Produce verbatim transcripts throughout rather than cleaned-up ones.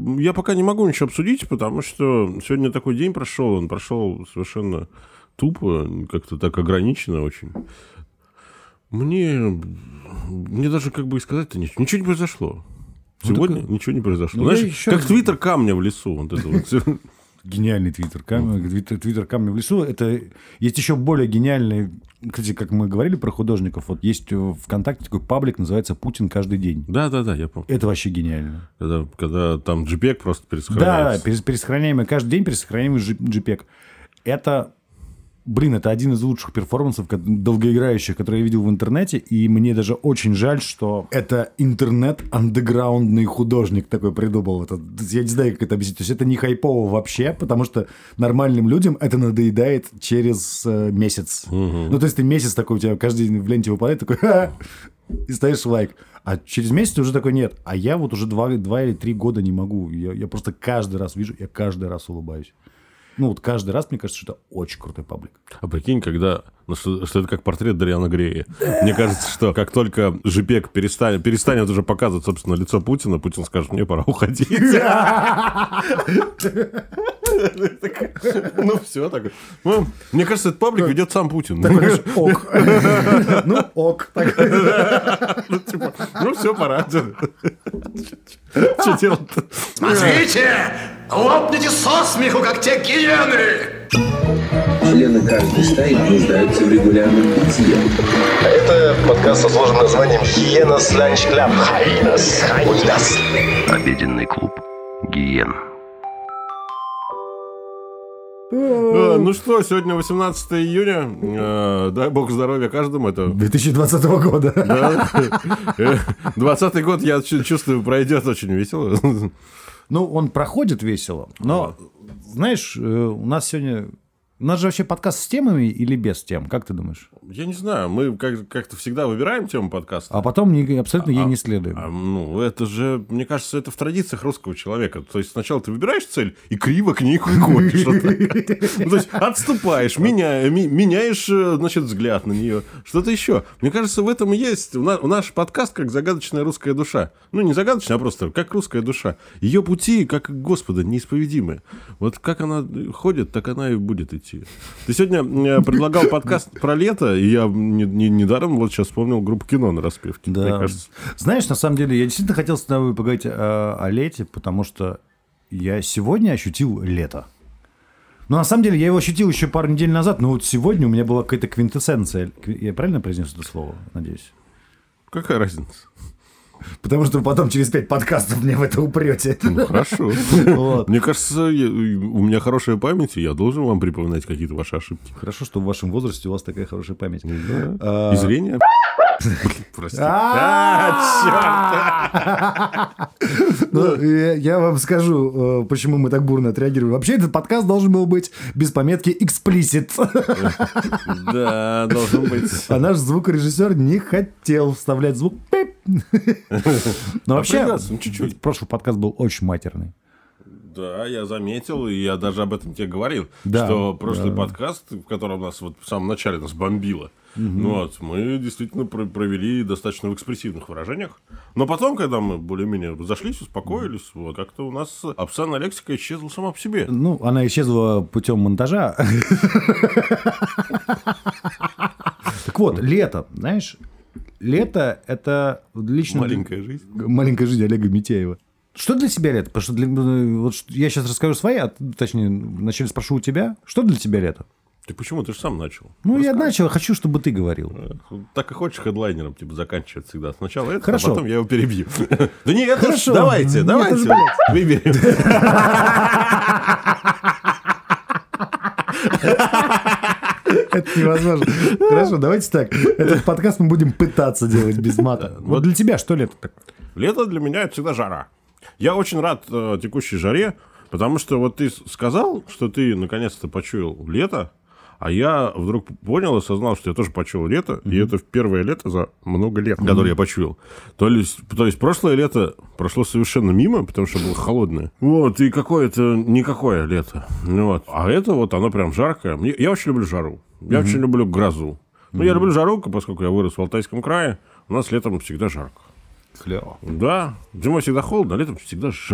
я пока не могу ничего обсудить, потому что сегодня такой день прошел, он прошел совершенно тупо, как-то так ограниченно очень. Мне, мне даже как бы и сказать-то ничего, ничего не произошло. Сегодня ну, так... ничего не произошло. Ну, знаешь, как твиттер камня в лесу. Вот это вот. Гениальный твиттер камня, твиттер камня в лесу. Это есть еще более гениальный, кстати, как мы говорили про художников, вот есть в ВКонтакте такой паблик, называется «Путин каждый день». Да, да, да, я помню. Это вообще гениально. Когда, когда там джей пи джи просто пересохраняется. Да, пересохраняемый каждый день, пересохраняемый джей пи джи. Это, блин, это один из лучших перформансов долгоиграющих, которые я видел в интернете, и мне даже очень жаль, что это интернет-андеграундный художник такой придумал. Это, я не знаю, как это объяснить. То есть это не хайпово вообще, потому что нормальным людям это надоедает через э, месяц. Угу. Ну, то есть ты месяц такой, у тебя каждый день в ленте выпадает, такой, ха-ха, и ставишь лайк. А через месяц уже такой нет. А я вот уже два, два или три года не могу. Я, я просто каждый раз вижу, я каждый раз улыбаюсь. Ну, вот каждый раз, мне кажется, что это очень крутой паблик. А прикинь, когда... Ну, что, что это как портрет Дариана Грея. Мне кажется, что как только джей пи джи перестанет, перестанет уже показывать, собственно, лицо Путина, Путин скажет, мне пора уходить. Ну, все так. Мне кажется, этот паблик ведет сам Путин. Ок. Ну, ок. Ну, все, пора. Что делать-то? Смотрите! Лопните со смеху, как те гиены! Члены каждой стаи нуждаются в регулярном питье. Это подкаст со сложным названием «Хиенас Ланч Клаб». Хайнас, хайнас. Обеденный клуб гиен. А, ну что, сегодня восемнадцатое июня. А, дай бог здоровья каждому. Это две тысячи двадцатого года. Да. двадцатый год, я чувствую, пройдет очень весело. Ну, он проходит весело. Но, знаешь, у нас сегодня... У нас же вообще подкаст с темами или без тем? Как ты думаешь? Я не знаю. Мы как- как-то всегда выбираем тему подкаста. А потом не, абсолютно а, ей не следуем. А, ну, это же, мне кажется, это в традициях русского человека. То есть, сначала ты выбираешь цель и криво к ней ходишь. То есть, отступаешь, меняешь, значит, взгляд на нее. Что-то еще. Мне кажется, в этом и есть. Наш подкаст как загадочная русская душа. Ну, не загадочная, а просто как русская душа. Ее пути, как Господа, неисповедимые. Вот как она ходит, так она и будет идти. Ты сегодня предлагал подкаст про лето, и я недаром вот сейчас вспомнил группу «Кино» на распевке. Да. Мне кажется. Знаешь, на самом деле, я действительно хотел с тобой поговорить о, о лете, потому что я сегодня ощутил лето. Но на самом деле я его ощутил еще пару недель назад, но вот сегодня у меня была какая-то квинтэссенция. Я правильно произнес это слово? Надеюсь. Какая разница? Потому что вы потом через пять подкастов мне в это упрете. Ну, хорошо. Вот. Мне кажется, я, у меня хорошая память, и я должен вам припоминать какие-то ваши ошибки. Хорошо, что в вашем возрасте у вас такая хорошая память. Да. А... И зрение. Прости. Я вам скажу, почему мы так бурно отреагировали. Вообще, этот подкаст должен был быть без пометки «эксплисит». Да, должен быть. А наш звукорежиссер не хотел вставлять звук «пип». Но вообще, чуть-чуть. Прошлый подкаст был очень матерный. Да, я заметил, и я даже об этом тебе говорил, да, что прошлый да. подкаст, в котором нас вот в самом начале нас бомбило, угу. ну, вот, мы действительно провели достаточно в экспрессивных выражениях. Но потом, когда мы более-менее разошлись, успокоились, вот, как-то у нас обсценная лексика исчезла сама по себе. Ну, она исчезла путем монтажа. Так вот, лето, знаешь, лето – это лично... Маленькая жизнь. Маленькая жизнь Олега Митяева. Что для тебя лето? Потому что для... вот я сейчас расскажу свои, а точнее, вначале спрошу у тебя. Что для тебя лето? Ты почему? Ты же сам начал. Ну, Расскажи. Я начал, хочу, чтобы ты говорил. Так и хочешь хедлайнером типа заканчивать всегда. Сначала это, Хорошо. А потом я его перебью. Да нет, хорошо. Давайте, давайте. Выберем. Это невозможно. Хорошо, давайте так. Этот подкаст мы будем пытаться делать без мата. Вот для тебя что лето такое? Лето для меня это всегда жара. Я очень рад э, текущей жаре, потому что вот ты сказал, что ты наконец-то почуял лето, а я вдруг понял, осознал, что я тоже почуял лето, mm-hmm. и это первое лето за много лет, mm-hmm. которое я почуял. То есть, то есть прошлое лето прошло совершенно мимо, потому что было холодное. Вот, и какое-то никакое лето. Вот. А это вот оно прям жаркое. Я очень люблю жару. Я mm-hmm. очень люблю грозу. Ну, mm-hmm. я люблю жару, поскольку я вырос в Алтайском крае, у нас летом всегда жарко. Клево. Да, зимой всегда холодно, а летом всегда жарко.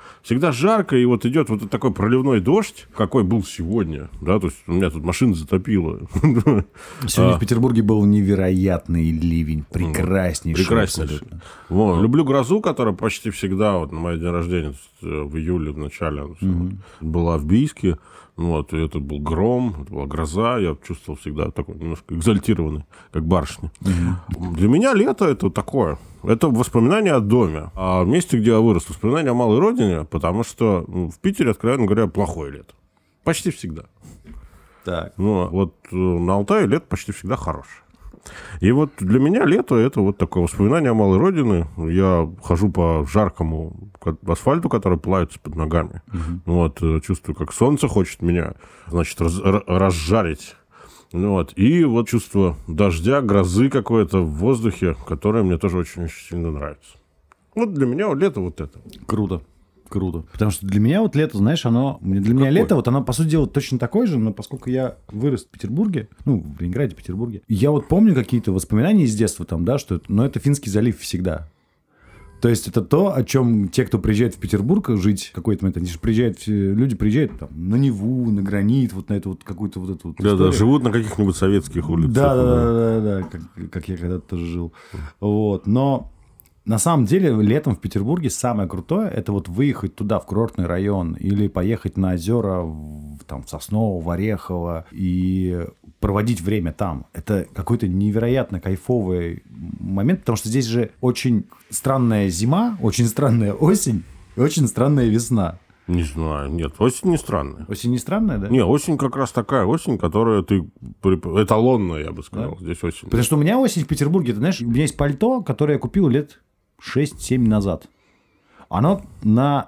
Всегда жарко, и вот идет вот такой проливной дождь, какой был сегодня. Да, то есть у меня тут машина затопила. Сегодня в Петербурге был невероятный ливень. Прекраснейший. Прекраснейший. Вот. Люблю грозу, которая почти всегда, вот на мой день рождения, в июле, в начале, mm-hmm. была в Бийске. Вот, и это был гром, это была гроза. Я чувствовал всегда такой немножко экзальтированный, как барышня. Mm-hmm. Для меня лето это такое. Это воспоминания о доме, о месте, где я вырос. Воспоминания о малой родине, потому что в Питере, откровенно говоря, плохое лето. Почти всегда. Так. Ну, вот на Алтае лето почти всегда хорошее. И вот для меня лето – это вот такое воспоминание о малой родине. Я хожу по жаркому асфальту, который плавится под ногами. Uh-huh. Вот, чувствую, как солнце хочет меня, значит, раз, разжарить. Вот. И вот чувство дождя, грозы какой-то в воздухе, которое мне тоже очень-очень сильно нравится. Вот для меня лето вот это. Круто. Круто. Потому что для меня вот лето, знаешь, оно... Для меня Какое? лето, вот оно, по сути дела, точно такое же, но поскольку я вырос в Петербурге, ну, в Ленинграде, Петербурге, я вот помню какие-то воспоминания из детства там, да, что это... Но это Финский залив всегда. То есть это то, о чем те, кто приезжает в Петербург жить, какой-то момент, они же приезжают, люди приезжают там на Неву, на Гранит, вот на эту вот какую-то вот эту вот Да, историю. да, живут на каких-нибудь советских улицах. Да, да, да, да, да, как, как я когда-то тоже жил. Вот, но... На самом деле, летом в Петербурге самое крутое – это вот выехать туда, в курортный район, или поехать на озера в, там, в Сосново, в Орехово, и проводить время там. Это какой-то невероятно кайфовый момент, потому что здесь же очень странная зима, очень странная осень и очень странная весна. Не знаю, нет, осень не странная. Осень не странная, да? Не, осень как раз такая осень, которая ты... Эталонная, я бы сказал, да? Здесь осень. Потому что у меня осень в Петербурге, ты знаешь, у меня есть пальто, которое я купил лет шесть-семь назад. Оно на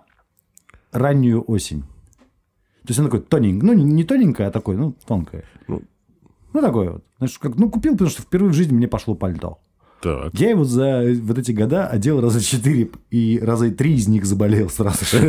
раннюю осень. То есть оно такое тоненькое, ну не тоненькое, а такое, ну тонкое. Ну, ну такое вот. Знаешь, как, ну купил, потому что впервые в жизни мне пошло пальто. Так. Я его за вот эти года одел раза четыре, и раза три из них заболел сразу же.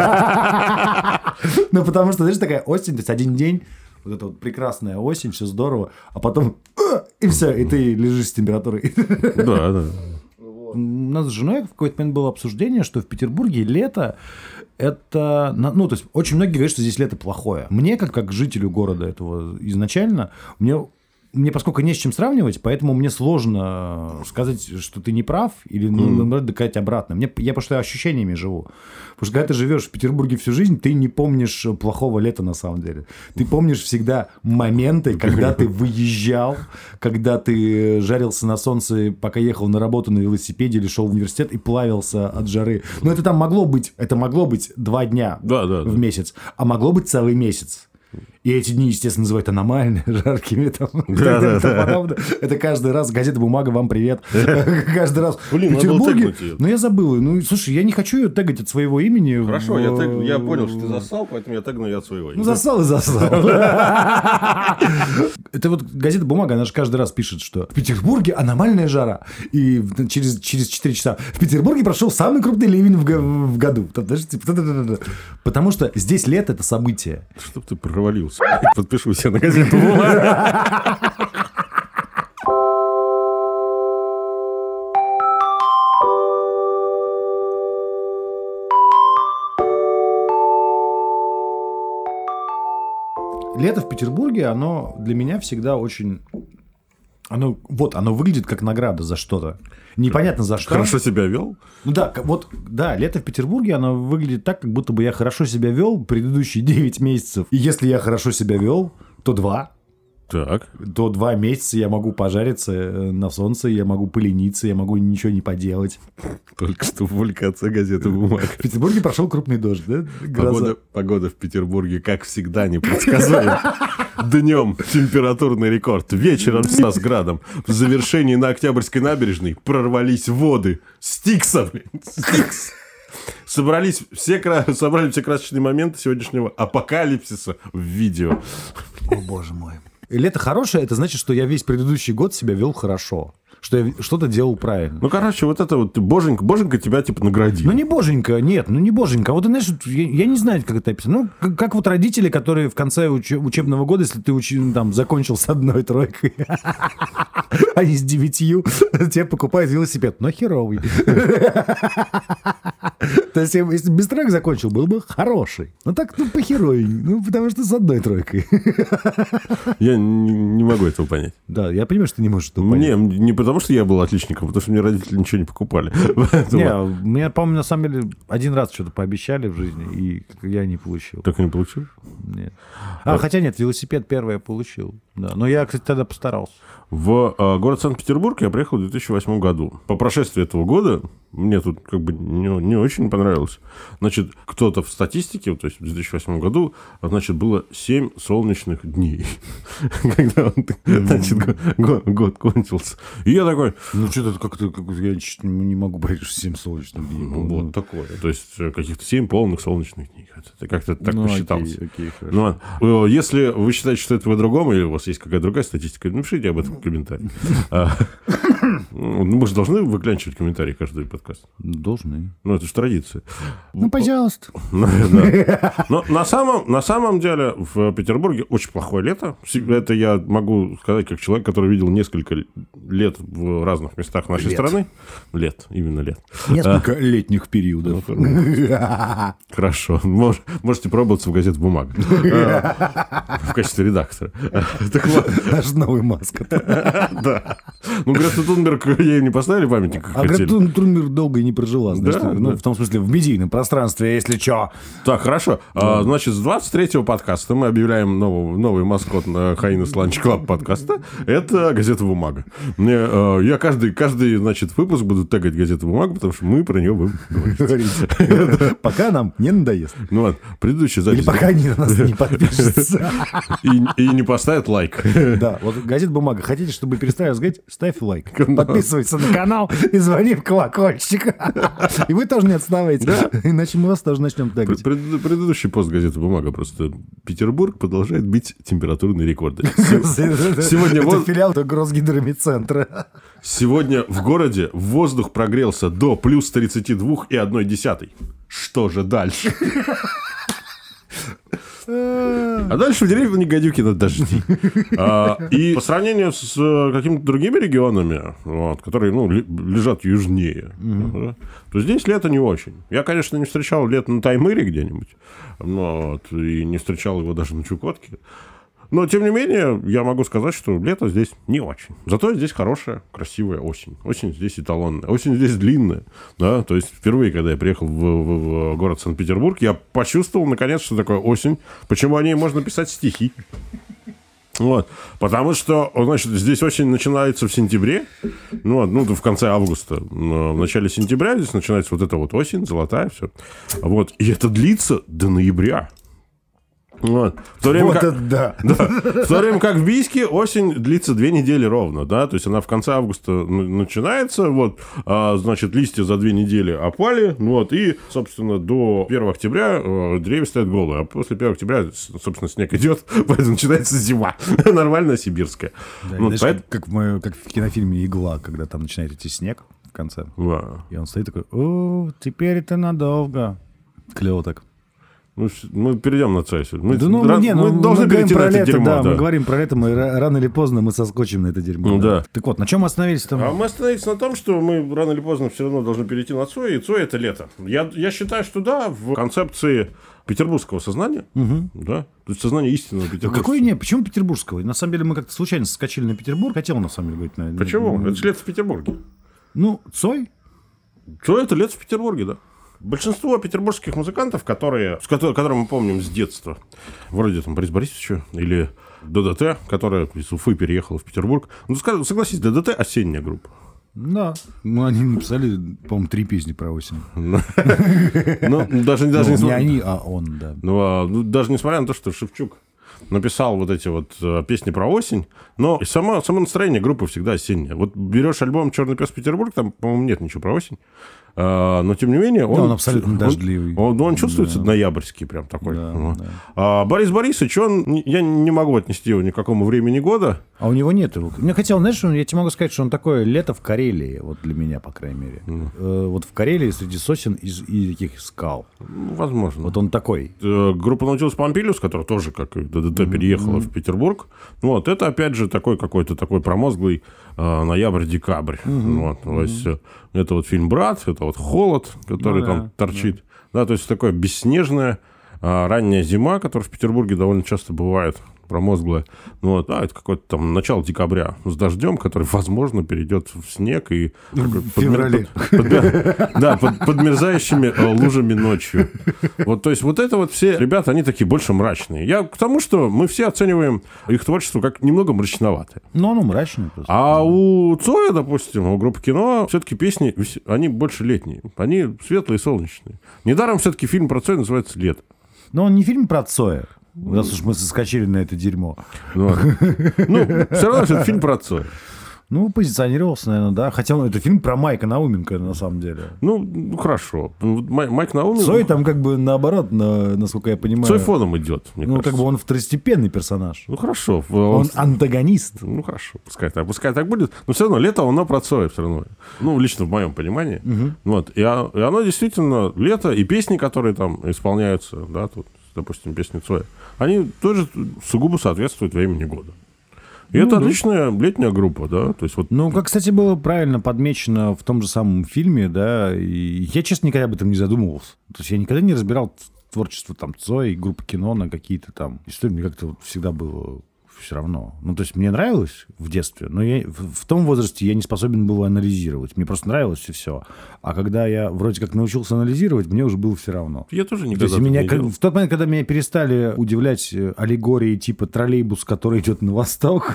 Ну, потому что, знаешь, такая осень, то есть один день, вот это вот прекрасная осень, все здорово, а потом и все, и ты лежишь с температурой. Да, да. У нас с женой в какой-то момент было обсуждение, что в Петербурге лето это... Ну, то есть, очень многие говорят, что здесь лето плохое. Мне, как, как жителю города этого изначально, мне... Мне, поскольку не с чем сравнивать, поэтому мне сложно сказать, что ты не прав, или ну, надо доказать обратно. Мне, я просто ощущениями живу. Потому что когда ты живешь в Петербурге всю жизнь, ты не помнишь плохого лета на самом деле. Ты помнишь всегда моменты, когда ты выезжал, когда ты жарился на солнце, пока ехал на работу на велосипеде или шел в университет и плавился от жары. Но это там могло быть, это могло быть два дня да, да, в да. месяц, а могло быть целый месяц. И эти дни, естественно, называют аномальными, жаркими. Там, да, да, да. Это каждый раз газета «Бумага», вам привет. Каждый раз. Блин, в Петербурге. надо было тегнуть ее. Ну, я забыл. Ну, слушай, я не хочу ее тегать от своего имени. Хорошо, я, тег... я понял, что ты засал, поэтому я тегну ее от своего имени. Ну, засал и засал. Это вот газета «Бумага», она же каждый раз пишет, что в Петербурге аномальная жара. И через четыре часа в Петербурге прошел самый крупный ливень в году. Потому что здесь лето – это событие. Чтоб ты провалился. Подпишусь я на газету «Бумага». Лето в Петербурге, оно для меня всегда очень... Оно, вот, оно выглядит как награда за что-то. Непонятно за что. Хорошо себя вел? Ну да, вот, да, лето в Петербурге, оно выглядит так, как будто бы я хорошо себя вел предыдущие девять месяцев. И если я хорошо себя вел, то два. Так. То два месяца я могу пожариться на солнце, я могу полениться, я могу ничего не поделать. Только что публикация газеты «Бумага». В Петербурге прошел крупный дождь, да? Погода, погода в Петербурге, как всегда, непредсказуема. Днем температурный рекорд, вечером с градом. В завершении на Октябрьской набережной прорвались воды. Стикса, блин, Стикс. Собрались все, собрали все красочные моменты сегодняшнего апокалипсиса в видео. О, боже мой. Лето хорошее, это значит, что я весь предыдущий год себя вел хорошо. что я что-то делал правильно. Ну, короче, вот это вот боженька, боженька тебя типа наградил. Ну, не боженька, нет, ну не боженька. А вот, знаешь, я, я не знаю, как это описано. Ну, как, как вот родители, которые в конце уч- учебного года, если ты уч- там, закончил с одной тройкой, а не с девятью, тебе покупают велосипед, но херовый. То есть, если без троек закончил, был бы хороший. Ну, так, ну, похеровей. Ну, потому что с одной тройкой. Я не, не могу этого понять. Да, я понимаю, что ты не можешь этого понять. Не, не потому что я был отличником, а потому что мне родители ничего не покупали. Не, мне, по-моему, на самом деле, один раз что-то пообещали в жизни, и я не получил. Так и не получил? Нет. А, хотя нет, велосипед первый я получил. Да. Но я, кстати, тогда постарался. В э, город Санкт-Петербург я приехал в две тысячи восьмом году. По прошествии этого года мне тут как бы не, не очень понравилось. Значит, кто-то в статистике, то есть в две тысячи восьмом году, значит, было семь солнечных дней. Когда он, значит, год кончился. И я такой... Ну, что-то как-то... Я не могу поверить, что семь солнечных дней. Вот такое. То есть каких-то семь полных солнечных дней. Это как-то так посчиталось. Ну, если вы считаете, что это по-другому, или у вас есть какая-то другая статистика, напишите об этом в комментариях. Мы же должны выклянчивать комментарии каждый подкаст. Должны. Ну, это же традиция. Ну, пожалуйста. Но на самом, на самом деле в Петербурге очень плохое лето. Это я могу сказать как человек, который видел несколько лет в разных местах нашей лет. страны. Лет, именно лет. Несколько а, летних периодов. Хорошо. Мож, можете пробоваться в газету «Бумага». В качестве редактора. Наш новый маскот. Да. Ну, Грета Тунберг ей не поставили памятник, как а хотели. А Грета Тунберг долго и не прожила. Значит, да, ну, да. в том смысле, в медийном пространстве, если что. Так, хорошо. А, значит, с двадцать третьего подкаста мы объявляем новый, новый маскот на Hyenas Lunch Club подкаста. Это газета «Бумага». Мне, а, я каждый, каждый, значит, выпуск буду тегать газету «Бумага», потому что мы про нее будем говорить. Пока нам не надоест. Ну ладно, предыдущая запись. Или пока они на нас не подпишутся. И не поставят лайк. Да, вот газета «Бумага». Хотите, чтобы перестали говорить, ставь лайк. Подписывайся на канал и звони в колокольчик. И вы тоже не отставайте. Иначе мы вас тоже начнем тегать. Предыдущий пост газеты «Бумага» просто. Петербург продолжает бить температурные рекорды. Сегодня это филиал Гросгидромедцентра. Сегодня в городе воздух прогрелся до плюс тридцать два и одна десятая. Что же дальше? А дальше в деревне Гадюкино дожди. А, и по сравнению с какими-то другими регионами, вот, которые ну, лежат южнее, mm-hmm. да, то здесь лето не очень. Я, конечно, не встречал лето на Таймыре где-нибудь, вот, и не встречал его даже на Чукотке. Но, тем не менее, я могу сказать, что лето здесь не очень. Зато здесь хорошая, красивая осень. Осень здесь эталонная. Осень здесь длинная. Да? То есть, впервые, когда я приехал в, в, в город Санкт-Петербург, я почувствовал, наконец, что такое осень. Почему о ней можно писать стихи. Вот. Потому что, значит, здесь осень начинается в сентябре, ну, ну, в конце августа, в начале сентября здесь начинается вот эта вот осень, золотая, все. Вот. И это длится до ноября. Вот. В то время, вот как, это да. Да, в то время как в Бийске осень длится две недели ровно, да, то есть она в конце августа начинается, вот, а, значит, листья за две недели опали, вот, и, собственно, до первого октября а, деревья стоят голые, а после первого октября, собственно, снег идет, поэтому начинается зима, нормальная сибирская. Да, ну, знаешь, поэтому... как, как, в, как в кинофильме «Игла», когда там начинает идти снег в конце, да. И он стоит такой, о, теперь это надолго. Клево так. Ну, мы перейдем на Цайсу. Мы, да, ну, ран... не, мы ну, должны мы перейти на это лето, дерьмо. Да, да, мы говорим про это, мы рано или поздно мы соскочим на это дерьмо. Ну, да. да. Так вот, на чем мы остановились там? А мы остановились на том, что мы рано или поздно все равно должны перейти на Цой, и Цой – это лето. Я, я считаю, что да, в концепции петербургского сознания, угу. да, то есть сознание истинного петербургского. Какой не? Почему петербургского? На самом деле мы как-то случайно соскочили на Петербург, хотел на самом деле говорить. На... Почему? Это же лето в Петербурге. Ну, Цой? Цой – это лето в Петербурге, да. Большинство петербургских музыкантов, которые, с которыми, которые мы помним с детства, вроде там Бориса Борисовича или ДДТ, которая из Уфы переехала в Петербург. Ну, согласись, ДДТ – осенняя группа. Да. Ну, они написали, по-моему, три песни про осень. Ну, даже не они, а он, да. Ну, даже несмотря на то, что Шевчук написал вот эти вот песни про осень, но само, само настроение группы всегда осеннее. Вот берешь альбом «Черный пес Петербург», там, по-моему, нет ничего про осень. А, но, тем не менее, он... Да, он абсолютно дождливый. Он, он, он чувствуется да. ноябрьский прям такой. Да, вот. да. А Борис Борисович, он... Я не могу отнести его ни к какому времени года. А у него нет его. Мне хотел, знаешь, я тебе могу сказать, что он такое лето в Карелии, вот для меня, по крайней мере. Mm. Э, вот в Карелии среди сосен и, и таких скал. Возможно. Вот он такой. Э, группа Наутилус Помпилиус, которая тоже, как и ДДТ, mm-hmm. переехала в Петербург, вот, это, опять же, такой какой-то такой промозглый э, ноябрь-декабрь. Mm-hmm. Вот, mm-hmm. То есть, э, это вот фильм «Брат», это вот «Холод», который ну, там да, торчит. Да. Да, то есть, такое бесснежная э, ранняя зима, которая в Петербурге довольно часто бывает. Промозглая. Ну, вот, а, это какое-то там начало декабря с дождем, который, возможно, перейдет в снег и... В феврале. Да, под подмерзающими лужами ночью. Вот, то есть, вот это вот все ребята, они такие больше мрачные. Я к тому, что мы все оцениваем их творчество как немного мрачноватое. Ну, оно мрачное просто. А у Цоя, допустим, у группы кино, все-таки песни, они больше летние. Они светлые и солнечные. Недаром все-таки фильм про Цоя называется «Лето». Но он не фильм про Цоя. Раз уж мы соскочили на это дерьмо. Ну, ну все равно, что это фильм про Цоя. Ну, позиционировался, наверное, да. Хотя ну, это фильм про Майка Науменко, на самом деле. Ну, ну хорошо. Май, Майк Науменко... Цой там как бы наоборот, на, насколько я понимаю... Цой фоном идет, мне Ну, кажется. как бы он второстепенный персонаж. Ну, хорошо. Он, он антагонист. Ну, хорошо. Пускай так, пускай так будет. Но все равно лето, оно про Цоя все равно. Ну, лично в моем понимании. Угу. Вот. И, и оно действительно лето, и песни, которые там исполняются, да, тут, допустим, песни Цоя, они тоже сугубо соответствуют времени года. И ну, это да. отличная летняя группа, да. То есть, вот... Ну, как, кстати, было правильно подмечено в том же самом фильме, да, и я, честно, никогда об этом не задумывался. То есть я никогда не разбирал творчество там Цоя и группы кино на какие-то там истории. Мне как-то вот всегда было все равно. Ну, то есть мне нравилось в детстве, но я, в, в том возрасте я не способен был анализировать. Мне просто нравилось и все. А когда я вроде как научился анализировать, мне уже было все равно. Я тоже никогда то есть меня, не делал. В тот момент, когда меня перестали удивлять аллегории типа троллейбус, который идет на восток.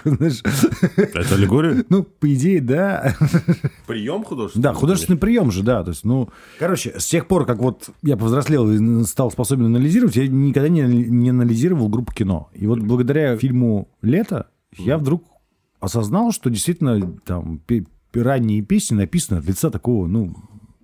Это аллегория? Ну, по идее, да. Прием художественный? Да, художественный прием же, да. То есть, ну, короче, с тех пор, как вот я повзрослел и стал способен анализировать, я никогда не, не анализировал группу кино. И вот благодаря фильму «Лето» я вдруг осознал, что действительно там ранние песни написаны от лица такого, ну,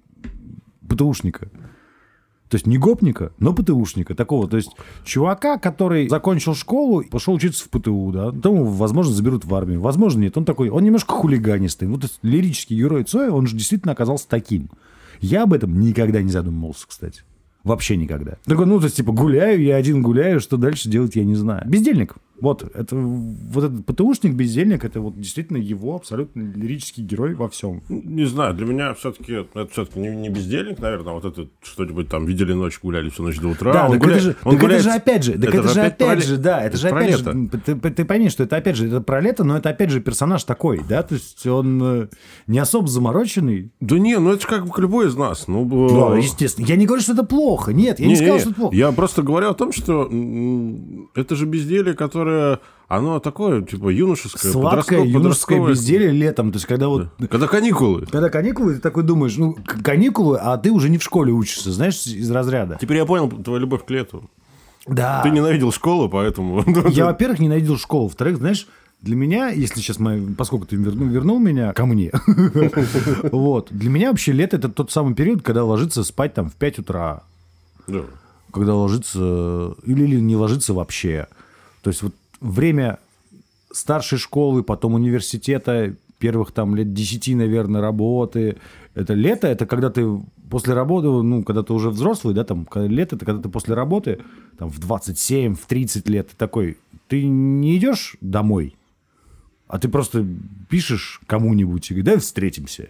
ПТУшника. То есть не гопника, но ПТУшника такого. То есть чувака, который закончил школу, пошел учиться в ПТУ, да. Тому, возможно, заберут в армию. Возможно, нет. Он такой, он немножко хулиганистый. Вот лирический герой Цоя, он же действительно оказался таким. Я об этом никогда не задумывался, кстати. Вообще никогда. Такой, ну, то есть, типа, гуляю, я один гуляю, что дальше делать, я не знаю. Бездельник. Вот, это, вот этот ПТУшник, бездельник, это вот действительно его абсолютно лирический герой во всем. Не знаю, для меня все-таки это все-таки не, не бездельник, наверное, вот это что-нибудь там видели ночь, гуляли всю ночь до утра. Да, он так, гуляет, это, же, он так гуляет, это же опять же, так это, это же опять, опять же, да, это, это же опять лето. же, ты, ты пойми, что это опять же, это про лето, но это опять же персонаж такой, да, то есть он не особо замороченный. Да не, ну это же как любой из нас. Ну, да, естественно. Я не говорю, что это плохо, нет, я не, не сказал, не, что это плохо. Я просто говорю о том, что это же безделье, которое... Оно такое, типа, юношеское, сладкое юношеское безделье летом. То есть, когда вот... Да. Когда каникулы. Когда каникулы, ты такой думаешь, ну, каникулы, а ты уже не в школе учишься, знаешь, из разряда. Теперь я понял твою любовь к лету. Да. Ты ненавидел школу, поэтому... Я, во-первых, ненавидел школу. Во-вторых, знаешь, для меня, если сейчас, мы, поскольку ты вернул, вернул меня ко мне, вот, для меня вообще лето – это тот самый период, когда ложиться спать там в пять утра. Да. Когда ложиться... Или, или не ложиться вообще. То есть, вот время старшей школы, потом университета, первых там лет десяти, наверное, работы. Это лето, это когда ты после работы, ну, когда ты уже взрослый, да, там, лето, это когда ты после работы, там, в двадцать семь, в тридцать лет, ты такой, ты не идешь домой, а ты просто пишешь кому-нибудь и говоришь, давай встретимся.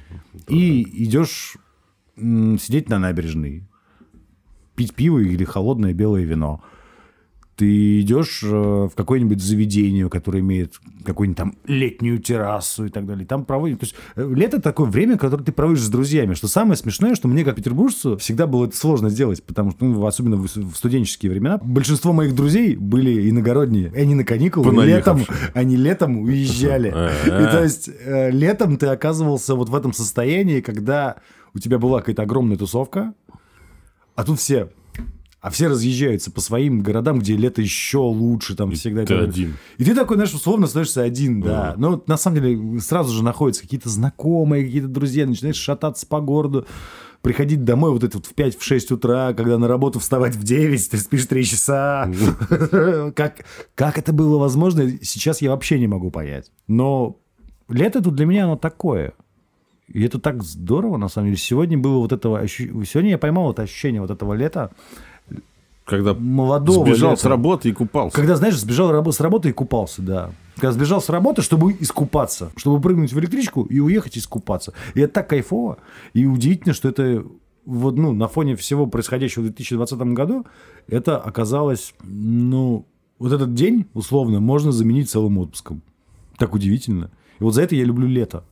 И идешь м- сидеть на набережной, пить пиво или холодное белое вино. Ты идешь в какое-нибудь заведение, которое имеет какую-нибудь там летнюю террасу и так далее. Там проводят... То есть лето такое время, которое ты проводишь с друзьями. Что самое смешное, что мне, как петербуржцу, всегда было это сложно сделать. Потому что, ну, особенно в студенческие времена, большинство моих друзей были иногородние. Они на каникулы. Летом, они летом уезжали. И то есть летом ты оказывался вот в этом состоянии, когда у тебя была какая-то огромная тусовка, а тут все... А все разъезжаются по своим городам, где лето еще лучше, там и всегда... ты это... один. И ты такой, знаешь, условно становишься один, да. Ага. Но на самом деле сразу же находятся какие-то знакомые, какие-то друзья, начинаешь шататься по городу, приходить домой вот это вот в пять-шесть утра, когда на работу вставать в девять, ты спишь три часа. Как, как это было возможно, сейчас я вообще не могу понять. Но лето тут для меня оно такое. И это так здорово, на самом деле. Сегодня было вот этого ощущения... Сегодня я поймал это ощущение вот этого лета. Когда молодого сбежал лета. с работы и купался. Когда, знаешь, сбежал с работы и купался, да. Когда сбежал с работы, чтобы искупаться. Чтобы прыгнуть в электричку и уехать искупаться. И это так кайфово. И удивительно, что это вот, ну, на фоне всего происходящего в две тысячи двадцатом году, это оказалось, ну, вот этот день, условно, можно заменить целым отпуском. Так удивительно. И вот за это я люблю лето.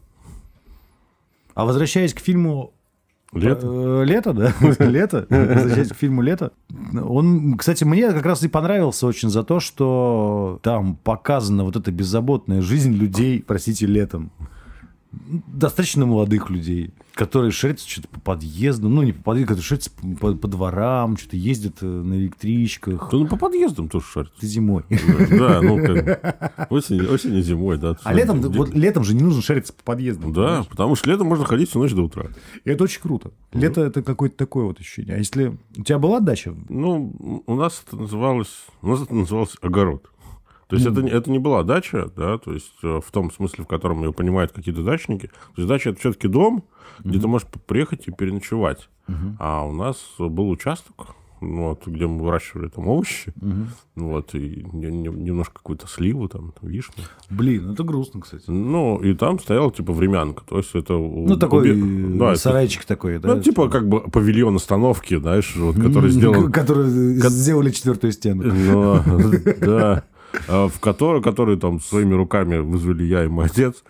А возвращаясь к фильму... Лето? Лето, да? Лето. Возвращаясь к фильму «Лето». Он, кстати, мне как раз и понравился очень за то, что там показана вот эта беззаботная жизнь людей, простите, летом. Достаточно молодых людей, которые шарятся что-то по подъездам, ну, не по подъездам, которые шарятся по, по дворам, что-то ездят на электричках. Да, ну, по подъездам тоже шарят. Ты зимой. Да, ну, как осень, осень и зимой, да. А летом, вот, летом же не нужно шариться по подъездам. Да, понимаешь? Потому что летом можно ходить всю ночь до утра. И это очень круто. Лето – это какое-то такое вот ощущение. А если у тебя была дача? Ну, у нас это называлось, у нас это называлось огород. То есть, mm. это, это не была дача, да, то есть, в том смысле, в котором ее понимают какие-то дачники. То есть, дача – это все-таки дом, mm-hmm. где ты можешь приехать и переночевать. Mm-hmm. А у нас был участок, вот, где мы выращивали там овощи, mm-hmm. вот, и немножко какую-то сливу, там, вишню. Блин, это грустно, кстати. Ну, и там стояла, типа, времянка. То есть, это... Ну, такой уби... да, сарайчик это... такой, да? Ну, типа, как бы павильон остановки, знаешь, вот, который сделан... Который сделали четвертую стену. Ну, да. В который, который там своими руками вызвали я и мой отец.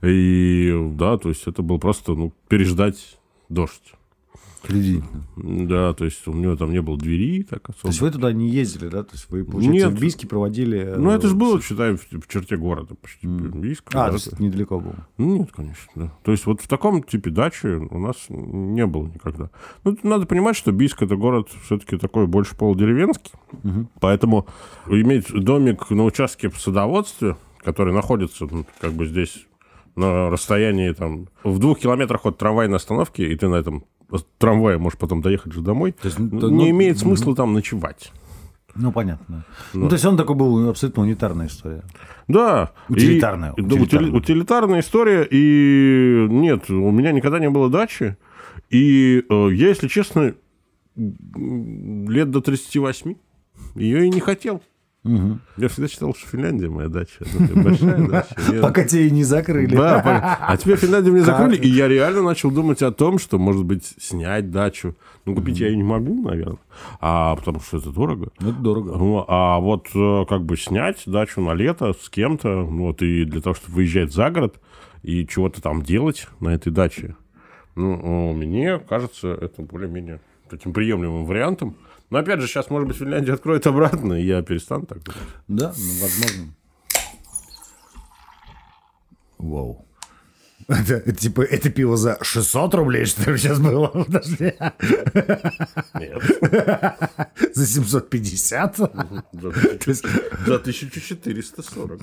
И да, то есть это было просто, ну, переждать дождь. Кредитно. Да, то есть у него там не было двери. Так особо. То есть вы туда не ездили, да? То есть вы, получается, Нет. в Бийске проводили... Ну, это же было, считай, в, в черте города почти. Mm. Бийск, а, да, то есть это недалеко было? Ну, нет, конечно, да. То есть вот в таком типе дачи у нас не было никогда. Ну, надо понимать, что Бийск – это город все-таки такой больше полудеревенский. Mm-hmm. Поэтому иметь домик на участке в садоводстве, который находится, ну, как бы здесь на расстоянии там, в двух километрах от трамвайной остановки, и ты на этом трамвае можешь потом доехать же домой, то есть, не ну, имеет смысла mm-hmm. там ночевать. Ну, понятно. Да. Ну, то есть он такой был абсолютно унитарная история. Да. Утилитарная. И, утилитарная. Да, утилитарная история. И нет, у меня никогда не было дачи. И э, я, если честно, лет до тридцати восьми ее и не хотел. Угу. Я всегда считал, что Финляндия моя дача. Большая дача. Пока тебя и не закрыли. Да, а теперь Финляндию мне закрыли, и я реально начал думать о том, что, может быть, снять дачу. Ну, купить я ее не могу, наверное, а потому что это дорого. Это дорого. Ну, а вот как бы снять дачу на лето с кем-то, вот, и для того, чтобы выезжать за город и чего-то там делать на этой даче, ну, мне кажется, это более-менее таким приемлемым вариантом. Но, опять же, сейчас, может быть, Финляндия откроет обратно, и я перестану так думать. Да, ну, возможно. Вау. Это, это, типа, это пиво за шестьсот рублей, что ли, сейчас было? Подожди. Нет. За семьсот пятьдесят? За тысяча четыреста сорок.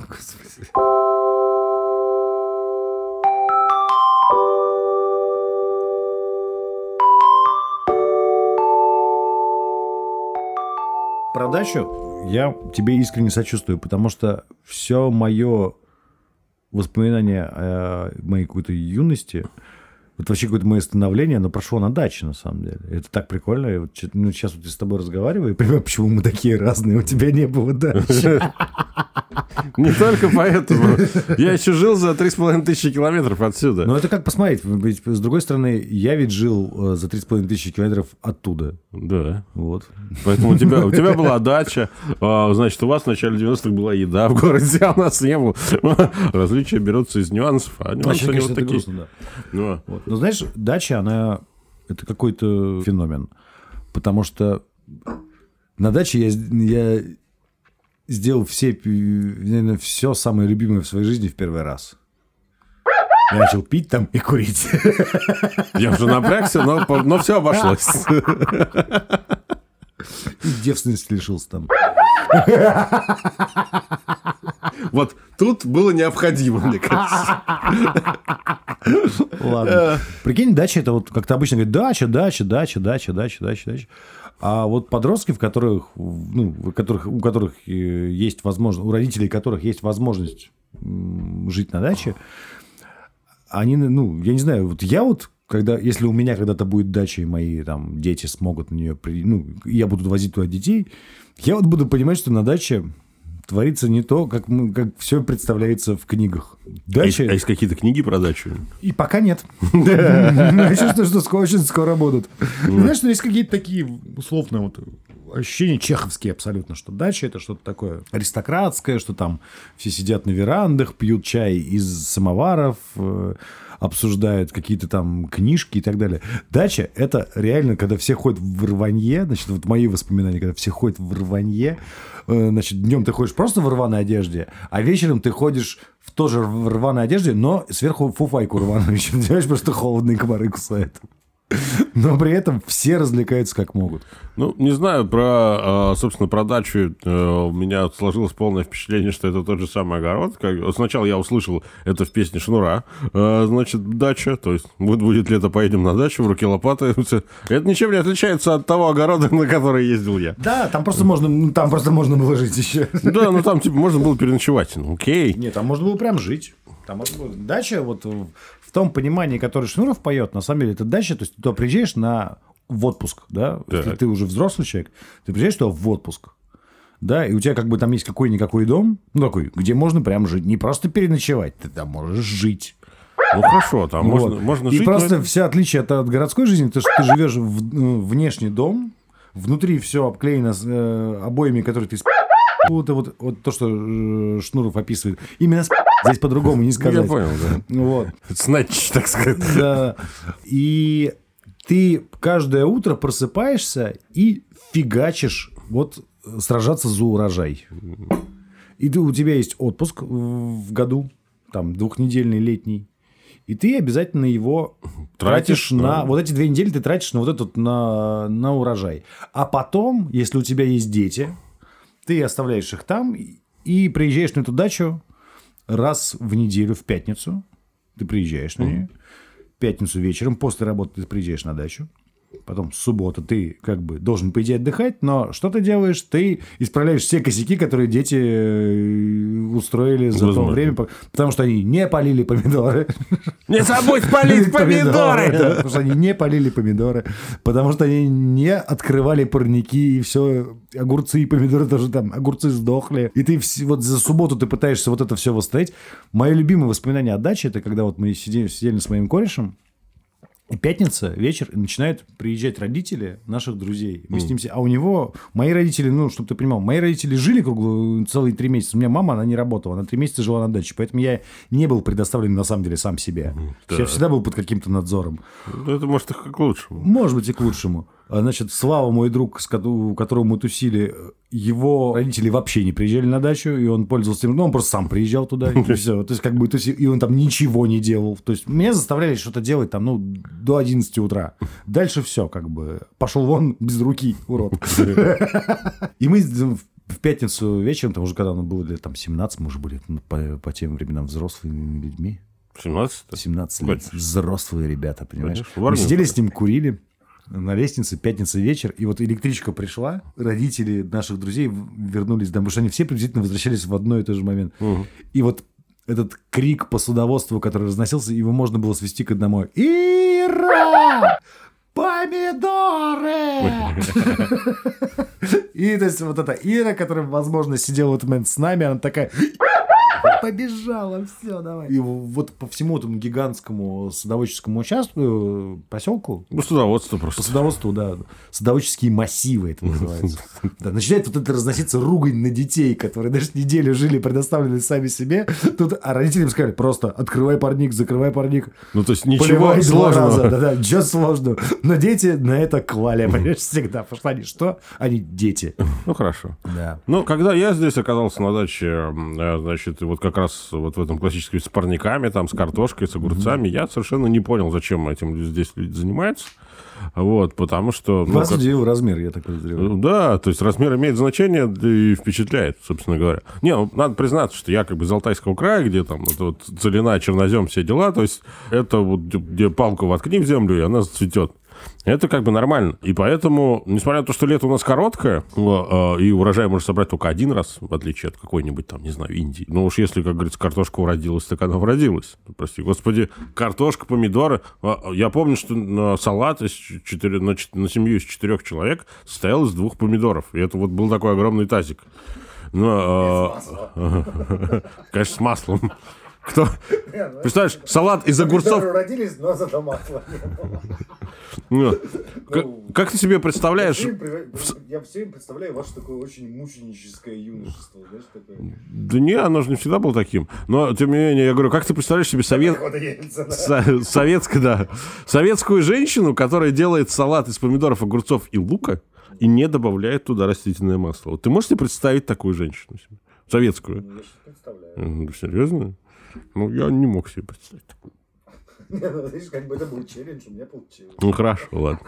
Про дачу я тебе искренне сочувствую, потому что все мое воспоминание о моей какой-то юности, вот вообще какое-то мое становление, оно прошло на даче, на самом деле. Это так прикольно. И вот, ну, сейчас вот я с тобой разговариваю и понимаю, почему мы такие разные. У тебя не было дачи. Не только поэтому. Я еще жил за три с половиной тысячи километров отсюда. Ну, это как посмотреть. С другой стороны, я ведь жил за три с половиной тысячи километров оттуда. Да. Вот. Поэтому у тебя, у тебя была дача. Значит, у вас в начале девяностых была еда в городе, а у нас не было. Различия берутся из нюансов. А нюансы Значит, они конечно, вот такие. грустно, да. Ну. Вот. Но знаешь, дача, она... Это какой-то феномен. Потому что на даче я... я... сделал все, наверное, все самое любимое в своей жизни в первый раз. Я начал пить там и курить. Я уже напрягся, но, но все обошлось. И девственности лишился там. Вот тут было необходимо, мне кажется. Ладно. Прикинь, дача это вот, как-то обычно говорят, дача, дача, дача, дача, дача, дача, дача. А вот подростки, в которых, ну, у которых, у которых есть возможность, у родителей которых есть возможность жить на даче, они, ну, я не знаю, вот я вот, когда, если у меня когда-то будет дача, и мои там дети смогут на нее, ну, я буду возить туда детей, я вот буду понимать, что на даче творится не то, как, мы, как все представляется в книгах. Дача... А есть какие-то книги про дачу? И пока нет. Я чувствую, что очень скоро будут. Знаешь, что есть какие-то такие, условно, вот ощущения чеховские абсолютно, что дача – это что-то такое аристократское, что там все сидят на верандах, пьют чай из самоваров, обсуждают какие-то там книжки и так далее. Дача – это реально, когда все ходят в рванье, значит, вот мои воспоминания, когда все ходят в рванье, значит, днем ты ходишь просто в рваной одежде, а вечером ты ходишь в тоже в рваной одежде, но сверху фуфайку рваную еще надеваешь, потому что холодно и комары кусают. Но при этом все развлекаются как могут. Ну, не знаю, про, собственно, про дачу у меня сложилось полное впечатление, что это тот же самый огород. Сначала я услышал это в песне Шнура, значит, дача, то есть будет лето, поедем на дачу, в руке лопаты. Это ничем не отличается от того огорода, на который ездил я. Да, там просто можно, там просто можно было жить еще. Да, ну там типа можно было переночевать, ну окей. Нет, там можно было прям жить. Там можно было... Дача, вот в том понимании, которое Шнуров поет, на самом деле, это дача, то есть ты туда приезжаешь на... в отпуск, да, так. Если ты уже взрослый человек, ты приезжаешь туда в отпуск, да, и у тебя как бы там есть какой-никакой дом, ну, такой, где можно прям жить, не просто переночевать, ты там можешь жить. Ну, хорошо, там вот. можно, можно и жить. И просто но... все отличие от, от городской жизни, то, что ты живешь в ну, внешний дом, внутри все обклеено с, э, обоями, которые ты... Вот, вот, вот то, что э, Шнуров описывает. Именно здесь по-другому не сказать. Я понял, да. Вот. Значит, так сказать. Да. И... ты каждое утро просыпаешься и фигачишь вот сражаться за урожай. И ты, у тебя есть отпуск в году, там, двухнедельный летний, и ты обязательно его тратишь, тратишь на... Да. Вот эти две недели ты тратишь на вот этот, на, на урожай. А потом, если у тебя есть дети, ты оставляешь их там и приезжаешь на эту дачу раз в неделю в пятницу. Ты приезжаешь на нее. В пятницу вечером после работы ты приезжаешь на дачу. Потом в субботу ты как бы должен, по идее, отдыхать, но что ты делаешь? Ты исправляешь все косяки, которые дети устроили за Возможно. то время, потому что они не полили помидоры. Не забудь полить помидоры! Потому что они не полили помидоры, потому что они не открывали парники, и все, огурцы и помидоры тоже там, огурцы сдохли. И ты вот за субботу ты пытаешься вот это все восстановить. Мое любимое воспоминание о даче, это когда вот мы сидели, сидели с моим корешем, пятница, вечер, и начинают приезжать родители наших друзей. Мы mm. с ним... А у него... Мои родители, ну, чтобы ты понимал, мои родители жили круглую целые три месяца. У меня мама, она не работала. Она три месяца жила на даче. Поэтому я не был предоставлен, на самом деле, сам себе. Mm, я всегда был под каким-то надзором. Ну, это, может, и к лучшему. Может быть, и к лучшему. Значит, Слава, мой друг, с которого мы тусили, его родители вообще не приезжали на дачу, и он пользовался тем, ну, он просто сам приезжал туда, и все. То есть, как бы тусил, и он там ничего не делал. То есть, меня заставляли что-то делать там, ну, до одиннадцати утра. Дальше все, как бы, пошел вон без руки, урод. И мы в пятницу вечером, там уже когда нам было лет там семнадцать, мы уже были по, по тем временам взрослыми людьми. семнадцать? семнадцать лет. Взрослые ребята, понимаешь? Конечно, мы сидели с ним, курили. На лестнице, пятница вечер, и вот электричка пришла, родители наших друзей вернулись домой, потому что они все приблизительно возвращались в одно и тот же момент. Угу. И вот этот крик по судоводству, который разносился, его можно было свести к одному. Ира! Помидоры! И то есть вот эта Ира, которая, возможно, сидела в этот момент с нами, она такая... Побежала, все, давай. И вот по всему этому гигантскому садоводческому участку, поселку... Ну, садоводство просто. По садоводству, да. Садоводческие массивы это называется. Да, начинает вот это разноситься ругань на детей, которые даже неделю жили, предоставлены сами себе. Тут, а родителям сказали, просто открывай парник, закрывай парник. Ну, то есть ничего сложного. Да-да, ничего сложного. Но дети на это клали, понимаешь, всегда. Потому что они что? Они дети. Ну, хорошо. Да. Ну, когда я здесь оказался на даче, значит, вот как как раз вот в этом классическом с парниками, там, с картошкой, с огурцами. Mm-hmm. Я совершенно не понял, зачем этим здесь люди занимаются. Вот, потому что... Ну, вас удивил размер, я так подозреваю. Да, то есть размер имеет значение и впечатляет, собственно говоря. Не, ну, надо признаться, что я как бы из Алтайского края, где там это вот целина, чернозем, все дела, то есть это вот где палку воткни в землю, и она зацветет. Это как бы нормально. И поэтому, несмотря на то, что лето у нас короткое, и урожай можно собрать только один раз, в отличие от какой-нибудь там, не знаю, Индии. Но уж если, как говорится, картошка уродилась, так она уродилась. Прости господи, картошка, помидоры. Я помню, что салат из четыре, на, на семью из четырех человек состоял из двух помидоров. И это вот был такой огромный тазик. Но, конечно, с маслом. Кто? Представляешь, салат из огурцов... родились, но зато масла не было. Как, как ты себе представляешь... Я все время представляю ваше такое очень мученическое юношество. Знаешь, такое... Да не, оно же не всегда было таким. Но, тем не менее, я говорю, как ты представляешь себе совет... Со... советскую, да, советскую женщину, которая делает салат из помидоров, огурцов и лука и не добавляет туда растительное масло? Вот ты можешь себе представить такую женщину? Советскую? Ну, я сейчас представляю. Серьезно? Ну, я не мог себе представить такую. Не, ну, видишь, как бы это был челлендж, у меня получилось. Ну, хорошо, ладно.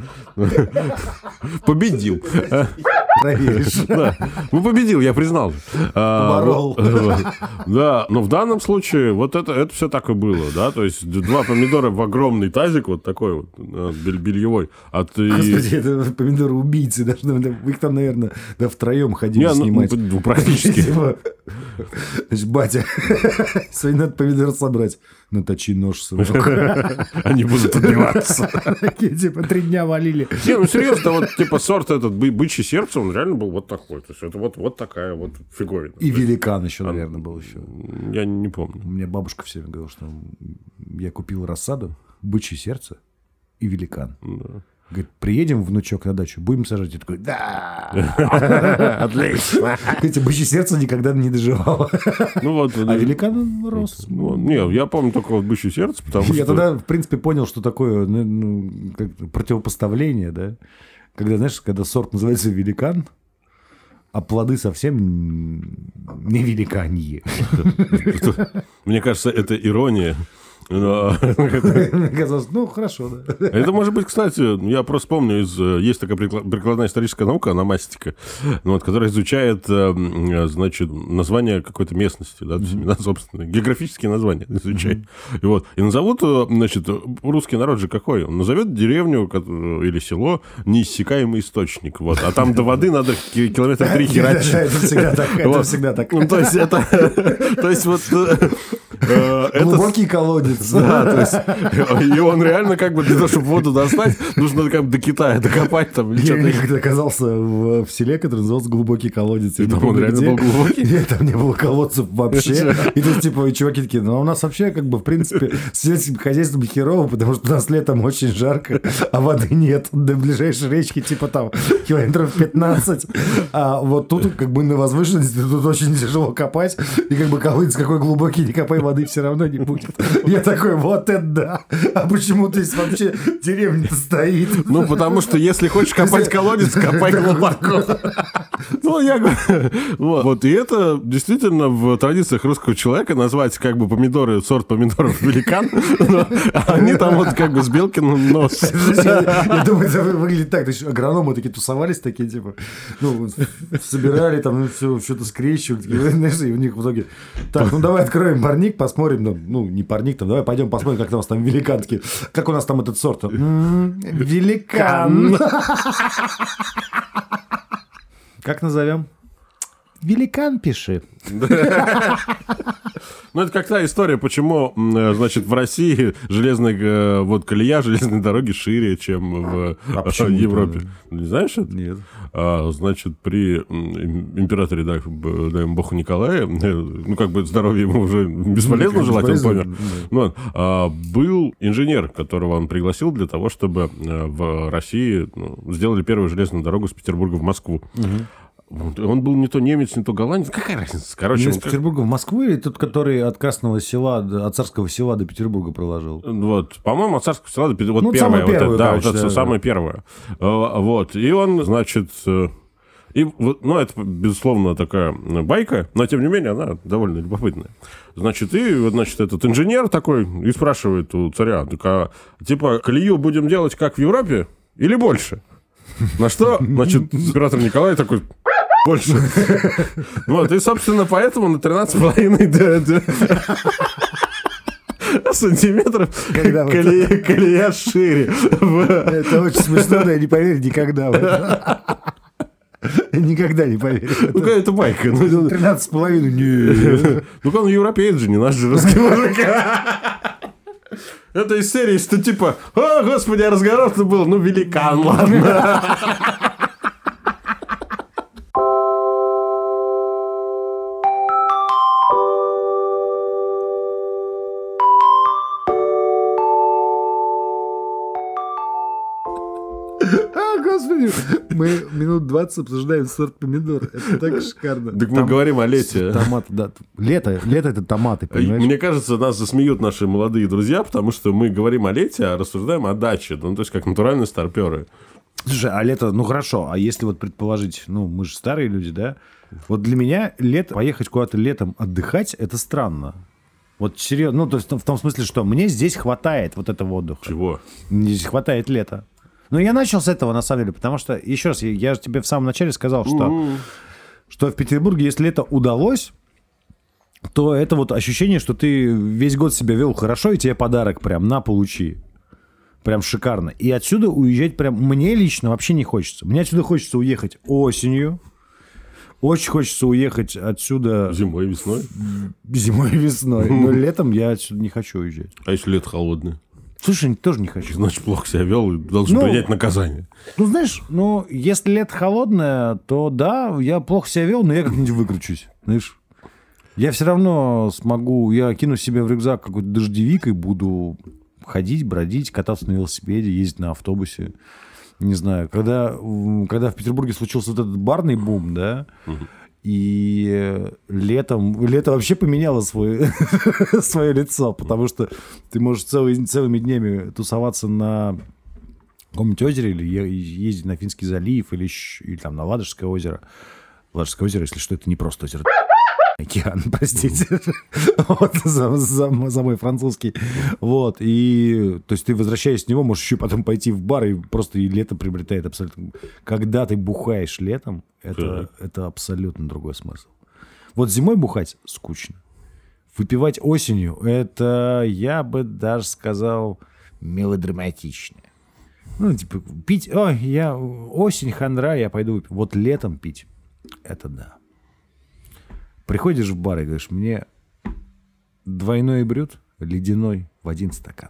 Победил. Проверишь. Да. Ну, победил, я признал. Поборол. Да, но в данном случае вот это, это все так и было, да, то есть два помидора в огромный тазик, вот такой вот, бельевой. А ты... Господи, это помидоры-убийцы должны, их там, наверное, да, втроем ходили Не, снимать. Ну, ну, практически. Значит, батя, сегодня надо помидоры собрать. Наточи нож, сынок. Они будут отбиваться. Такие, типа, три дня валили. Не, ну, серьезно, вот, типа, сорт этот бычий сердце, он реально был вот такой. То есть, это вот, вот такая вот фиговина. И великан еще, наверное, был еще. Я не помню. У меня бабушка все время говорила, что я купил рассаду, бычье сердце и великан. Да. Говорит, приедем, внучок, на дачу, будем сажать. Я такой, да! Отлично. Говорите, бычье сердце никогда не доживало. Ну, вот, а великан рос. Ну, не, я помню только вот бычье сердце, потому что... Я тогда, в принципе, понял, что такое ну, как противопоставление, да? Когда, знаешь, когда сорт называется великан, а плоды совсем не великаньи. Мне кажется, это ирония. Мне казалось, ну, хорошо, да. Это может быть, кстати, я просто помню, из, есть такая прикладная историческая наука, аномастика, вот, которая изучает, значит, название какой-то местности, да, имена собственные, географические названия изучает. И, вот, и назовут, значит, русский народ же какой? Он назовет деревню или село неиссякаемый источник, вот, а там до воды надо километра три херачить. Это всегда так. Это всегда так. Ну, то есть, это... То есть, вот... Глубокий колодец. Да, то есть, и он реально как бы для того, чтобы воду достать, нужно как бы до Китая докопать там. Я как-то оказался в, в селе, которое называлось Глубокий колодец. И там он реально был глубокий? Нет, там не было колодцев вообще. И тут типа чуваки такие, ну у нас вообще как бы в принципе с сельским хозяйством херово, потому что у нас летом очень жарко, а воды нет. До ближайшей речки типа там километров пятнадцать. А вот тут как бы на возвышенности тут очень тяжело копать. И как бы колодец какой глубокий, не копай, воды все равно не будет. Я такой, вот это да. А почему здесь вообще деревня-то стоит? Ну, потому что если хочешь копать колодец, копай глубоко. Ну, я говорю, вот. вот. И это действительно в традициях русского человека назвать как бы помидоры, сорт помидоров великан, но они там вот как бы с Белкиным нос. Я думаю, это выглядит так. То есть агрономы такие тусовались, такие типа, ну, собирали там, ну, все, что-то скрещивали. Знаешь, и у них в итоге, так, ну, давай откроем парник, посмотрим, ну, ну не парник, там, давай пойдем посмотрим, как у нас там великан. Такие, как у нас там этот сорт? Великан. Как назовем? Великан пиши. Ну, это как та история, почему, значит, в России железная вот колея, железные дороги шире, чем в а Европе. Не знаешь это? Нет. А, значит, при императоре, дай, дай ему богу, Николае, ну, как бы здоровье ему уже бесполезно ну, желать, он помер. Да. Ну, а, был инженер, которого он пригласил для того, чтобы в России ну, сделали первую железную дорогу с Петербурга в Москву. Угу. Он был не то немец, не то голландец. Какая разница? Короче, из Петербурга в Москву или тот, который от Красного села, от Царского села до Петербурга проложил? Вот, по-моему, от Царского села до Петербурга. Вот ну, первое, первое, вот это, да, короче, вот это да. самое первое. Вот. И он, значит, И вот, ну, это, безусловно, такая байка, но, тем не менее, она довольно любопытная. Значит, и, вот, значит, этот инженер такой и спрашивает у царя, так, а, типа, колею будем делать как в Европе или больше? На что, значит, император Николай такой... Больше. Вот, и, собственно, поэтому на тринадцать с половиной сантиметров колея, колея шире. Это очень смешно, но я не поверю никогда в это. Никогда не поверю. Ну, какая-то байка. тринадцать с половиной, нет. Ну, он европеец же, не наш же русский мужик. Это из серии, что типа, о, господи, а разговор-то был, ну, великан, ладно. Господи, мы минут двадцать обсуждаем сорт помидор. Это так шикарно. Так мы говорим о лете. Томаты, да. Лето, лето это томаты, понимаешь? Мне кажется, нас засмеют наши молодые друзья, потому что мы говорим о лете, а рассуждаем о даче. Ну, то есть, как натуральные старперы. Слушай, а лето, ну хорошо, а если вот предположить, ну, мы же старые люди, да? Вот для меня лето, поехать куда-то летом отдыхать, это странно. Вот серьезно, ну, то есть в том смысле, что мне здесь хватает вот этого отдыха. Чего? Мне здесь хватает лета. Ну, я начал с этого, на самом деле, потому что, еще раз, я, я же тебе в самом начале сказал, что, mm-hmm. что в Петербурге, если это удалось, то это вот ощущение, что ты весь год себя вел хорошо, и тебе подарок прям на, получи. Прям шикарно. И отсюда уезжать прям мне лично вообще не хочется. Мне отсюда хочется уехать осенью. Очень хочется уехать отсюда... Зимой и весной? Зимой и весной. Но летом я отсюда не хочу уезжать. А если лето холодное? Слушай, тоже не хочу. Значит, плохо себя вел и должен ну, принять наказание. Ну, знаешь, ну, если лето холодное, то да, я плохо себя вел, но я как-нибудь выкручусь. Знаешь, я все равно смогу, я кину себе в рюкзак какой-то дождевик и буду ходить, бродить, кататься на велосипеде, ездить на автобусе. Не знаю, когда, когда в Петербурге случился вот этот барный бум, да, угу. И летом, лето вообще поменяло свое, свое лицо, потому что ты можешь целый, целыми днями тусоваться на каком-нибудь озере или ездить на Финский залив или, или там на Ладожское озеро. Ладожское озеро, если что, это не просто озеро. Океан, простите. Вот, за, за, за мой французский. Вот, и, то есть ты, возвращаясь с него, можешь еще потом пойти в бар, и просто и лето приобретает абсолютно... Когда ты бухаешь летом, это, это абсолютно другой смысл. Вот зимой бухать скучно. Выпивать осенью, это, я бы даже сказал, мелодраматично. Ну, типа, пить... Ой, я... Осень, хандра, я пойду выпью. Вот летом пить, это да. Приходишь в бар и говоришь, мне двойной брют, ледяной в один стакан.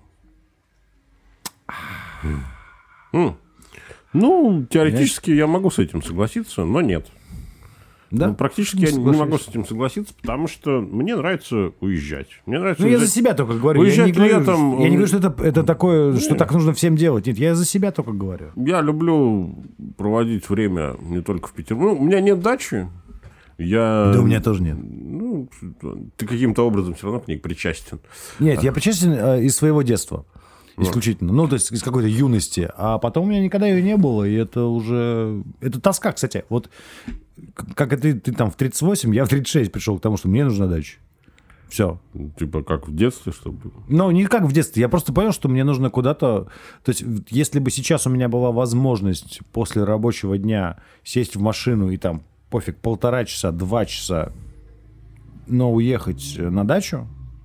Mm. Ну, теоретически я могу с этим согласиться, но нет. Да? Ну, практически я не могу с этим согласиться, потому что мне нравится уезжать. Мне нравится ну, уезжать. Я за себя только говорю. Уезжать я не летом... говорю, я не говорю, что это, это такое, нет. Что так нужно всем делать. Нет, я за себя только говорю. Я люблю проводить время не только в Петербурге. Ну, у меня нет дачи. Я... Да у меня тоже нет. Ну, ты каким-то образом все равно к ней причастен. Нет, а. я причастен э, из своего детства. Исключительно. Ну, то есть из какой-то юности. А потом у меня никогда ее не было. И это уже... Это тоска, кстати. Вот как и ты, ты там в тридцать восемь, я в тридцать шесть пришел к тому, что мне нужна дача. Все. Типа как в детстве, чтобы... Ну, не как в детстве. Я просто понял, что мне нужно куда-то... То есть, если бы сейчас у меня была возможность после рабочего дня сесть в машину и там пофиг, полтора часа, два часа, но уехать на дачу,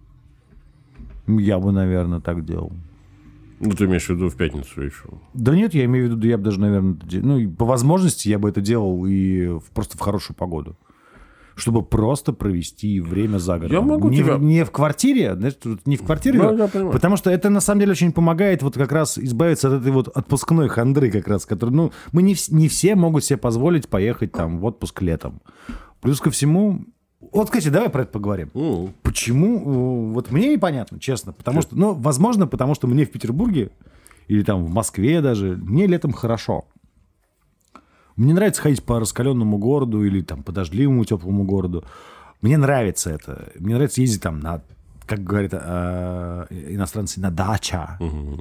я бы, наверное, так делал. Ну, ты имеешь в виду в пятницу еще? Да нет, я имею в виду, я бы даже, наверное, ну, по возможности я бы это делал и просто в хорошую погоду. Чтобы просто провести время за городом. Я могу не, тебя... в, не в квартире, знаешь, не в квартире, да, я понимаю. Потому что это на самом деле очень помогает вот как раз избавиться от этой вот отпускной хандры как раз, которую, ну, мы не, не все могут себе позволить поехать там в отпуск летом. Плюс ко всему, вот, кстати, давай про это поговорим. Mm. Почему? Вот мне непонятно, честно, потому что, ну, возможно, потому что мне в Петербурге или там в Москве даже, мне летом хорошо. Мне нравится ходить по раскаленному городу или там по дождливому теплому городу. Мне нравится это. Мне нравится ездить там на, как говорят э, иностранцы, на дача. Uh-huh.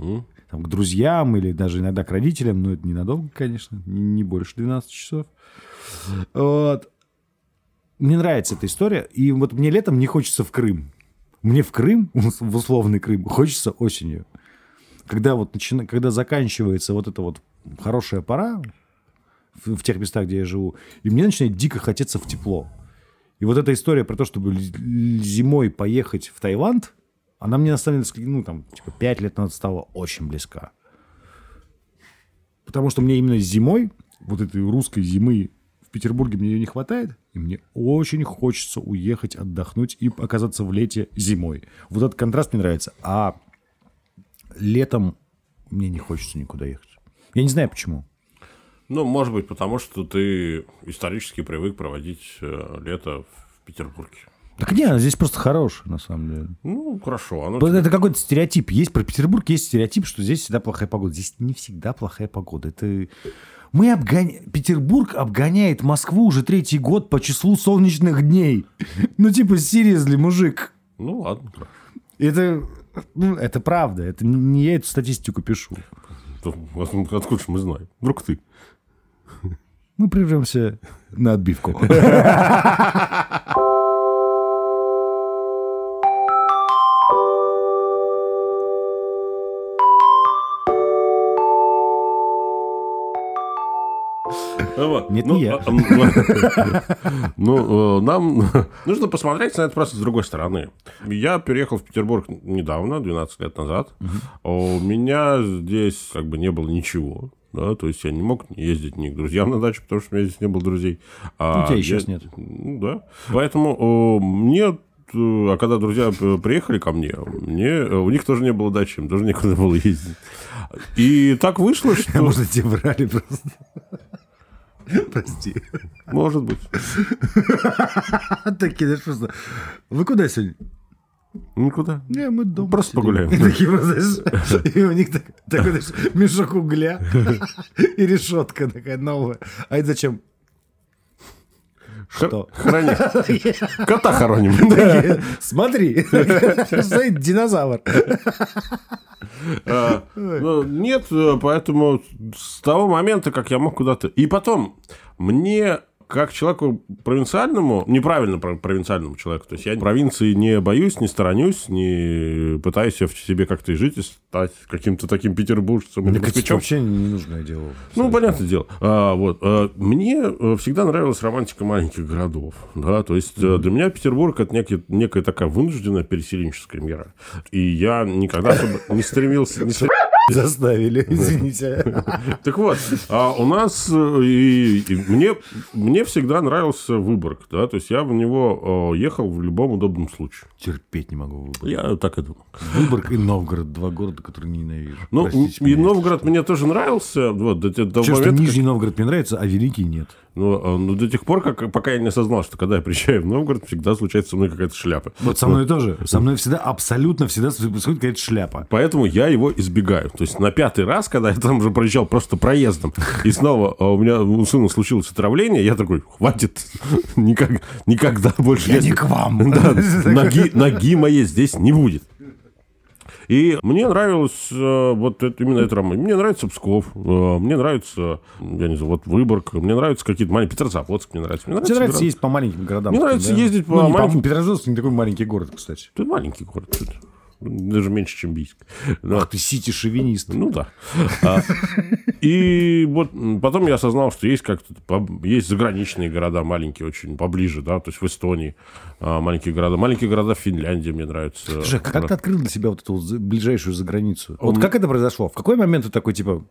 там, к друзьям или даже иногда к родителям, но это ненадолго, конечно, не, не больше двенадцати часов. Вот. Мне нравится эта история, и вот мне летом не хочется в Крым. Мне в Крым, в условный Крым, хочется осенью. Когда, вот начина... Когда заканчивается вот эта вот хорошая пора в, в тех местах, где я живу, и мне начинает дико хотеться в тепло. И вот эта история про то, чтобы зимой поехать в Таиланд, она мне на самом деле, ну, там, типа, пять лет назад стала очень близка. Потому что мне именно зимой, вот этой русской зимы в Петербурге, мне ее не хватает, и мне очень хочется уехать, отдохнуть и оказаться в лете зимой. Вот этот контраст мне нравится. А летом мне не хочется никуда ехать. Я не знаю, почему. Ну, может быть, потому что ты исторически привык проводить э, лето в Петербурге. Так нет, здесь просто хорошая, на самом деле. Ну, хорошо. Оно Это тебе... какой-то стереотип. Есть про Петербург есть стереотип, что здесь всегда плохая погода. Здесь не всегда плохая погода. Это... Мы обгоня... Петербург обгоняет Москву уже третий год по числу солнечных дней. Ну, типа, серьезный мужик. Ну, ладно. Это... Ну, это правда. Это не я эту статистику пишу. Откуда же мы знаем? Вдруг ты. Мы прервемся на отбивку. Вот. Нет, ну, не я. Ну, нам нужно посмотреть на это просто с другой стороны. Я переехал в Петербург недавно, двенадцать лет назад. У меня здесь как бы не было ничего. Да, то есть я не мог ездить ни к друзьям на дачу, потому что у меня здесь не было друзей. А у тебя еще я... нет. Ну, да. Поэтому о, мне... А когда друзья приехали ко мне, мне, у них тоже не было дачи, им тоже некуда было ездить. И так вышло, что... Может, тебе врали просто. Прости. Может быть. Такие, знаешь, просто... Вы куда сегодня? Никуда. Не, мы дома Просто сидим. погуляем. И такие, знаешь, и у них так- такой, знаешь, мешок угля и решетка такая новая. А это зачем? Что? Хоронить. Кота хороним. Смотри, стоит динозавр. А, ну, нет, поэтому с того момента, как я мог куда-то... И потом, мне, как человеку провинциальному, неправильно провинциальному человеку, то есть я провинции не боюсь, не сторонюсь, не пытаюсь в себе как-то и жить, и стать каким-то таким петербуржцем. Мне кажется, вообще не нужное дело. Ну, понятное дело. А, вот, а, мне всегда нравилась романтика маленьких городов. Да? То есть, mm-hmm. для меня Петербург – это некий, некая такая вынужденная переселенческая мера. И я никогда особо не стремился... Не стремился... Заставили, извините. Так вот, а у нас и, и мне, мне всегда нравился Выборг. Да? То есть, я в него ехал в любом удобном случае. Терпеть не могу Выборг. Я так и думал. Выборг и Новгород – два города, которые ненавижу. Ну, Простите и меня, Новгород мне тоже нравился. Вот, до, до Чё, момента, что Нижний Новгород мне нравится, а Великий нет. Ну, ну, до тех пор, как, пока я не осознал, что когда я приезжаю в Новгород, всегда случается со мной какая-то шляпа. Вот со мной тоже. Со мной всегда, абсолютно всегда происходит какая-то шляпа. Поэтому я его избегаю. То есть, на пятый раз, когда я там уже проезжал просто проездом, и снова у меня у сына случилось отравление, я такой, хватит, никак, никогда больше... Я не к вам. Да, ноги, ноги моей здесь не будет. И мне нравилось э, вот это, именно это роман. Мне нравится Псков, э, мне нравится, я не знаю, вот Выборг, мне нравится какие-то маленькие... Петрозаводск мне нравится. Мне нравится, Тебе нравится город... ездить по маленьким городам? Мне нравится да? ездить по ну, не маленьким... по... Петрозаводск не такой маленький город, кстати. Это маленький город. Это даже меньше, чем Бийск. Да. Ах ты сити-шовинист. Ну да. А, и вот потом я осознал, что есть как-то есть заграничные города маленькие, очень поближе, да, то есть в Эстонии а, маленькие города. Маленькие города в Финляндии мне нравятся. Слушай, как ты открыл для себя вот эту вот ближайшую заграницу? Вот как это произошло? В какой момент ты такой, типа...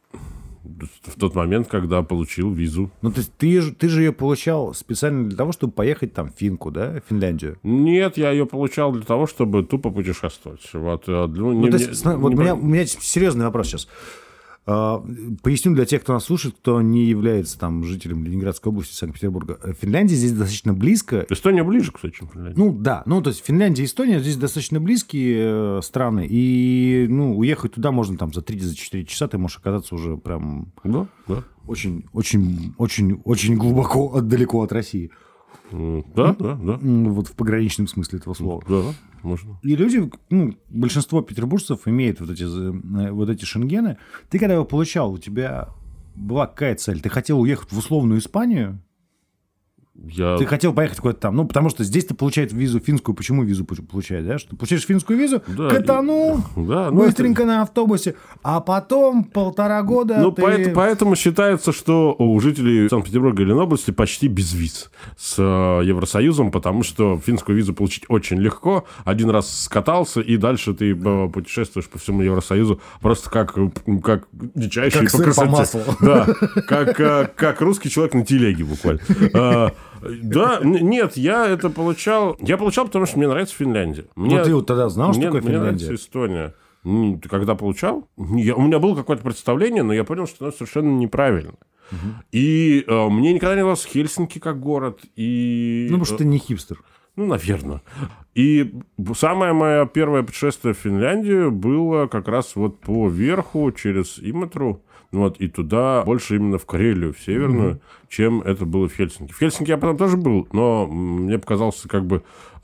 В тот момент, когда получил визу. Ну, то есть ты, же- ты же ее получал специально для того, чтобы поехать там в Финку, да, в Финляндию? Нет, я ее получал для того, чтобы тупо путешествовать. Вот, э, ну, Ну, не- то не- есть, сна- вот не у, меня, про- у меня серьезный вопрос сейчас. А, Поясню для тех, кто нас слушает, кто не является там жителем Ленинградской области, Санкт-Петербурга. Финляндия здесь достаточно близко. Эстония ближе, кстати, чем Финляндия. Ну, да. Ну, то есть Финляндия и Эстония здесь достаточно близкие э, страны. И, ну, уехать туда можно там за три-четыре часа, ты можешь оказаться уже прям Да, да. очень, очень, очень, очень глубоко, от- далеко от России. М, Да, да, да. М, Вот в пограничном смысле этого слова. Да. можно. И люди, ну, большинство петербуржцев имеют вот эти, вот эти шенгены. Ты когда его получал, у тебя была какая цель? Ты хотел уехать в условную Испанию? Я... Ты хотел поехать куда-то там, ну, потому что здесь ты получаешь визу финскую. Почему визу получаешь, да? Что ты получаешь финскую визу, да, катанул, да, быстренько это... на автобусе, а потом полтора года Ну, ты... поэтому, поэтому считается, что у жителей Санкт-Петербурга и Ленобласти почти без виз с Евросоюзом, потому что финскую визу получить очень легко. Один раз скатался, и дальше ты путешествуешь по всему Евросоюзу просто как, как дичайший как по сыр по маслу. Да, как, как русский человек на телеге буквально. Да, нет, я это получал... Я получал, потому что мне нравится Финляндия. Мне, ну, ты вот тогда знал, что мне, такое мне Финляндия? Мне нравится Эстония. Ты когда получал? Я, у меня было какое-то представление, но я понял, что оно совершенно неправильно. Угу. И э, мне никогда не нравился Хельсинки как город. И... Ну, потому что ты не хипстер. Ну, наверное. И самое мое первое путешествие в Финляндию было как раз вот по верху, через Иматру. Вот, и туда, больше именно в Карелию, в северную, mm-hmm. чем это было в Хельсинки. В Хельсинки я потом тоже был, но мне показалось, как бы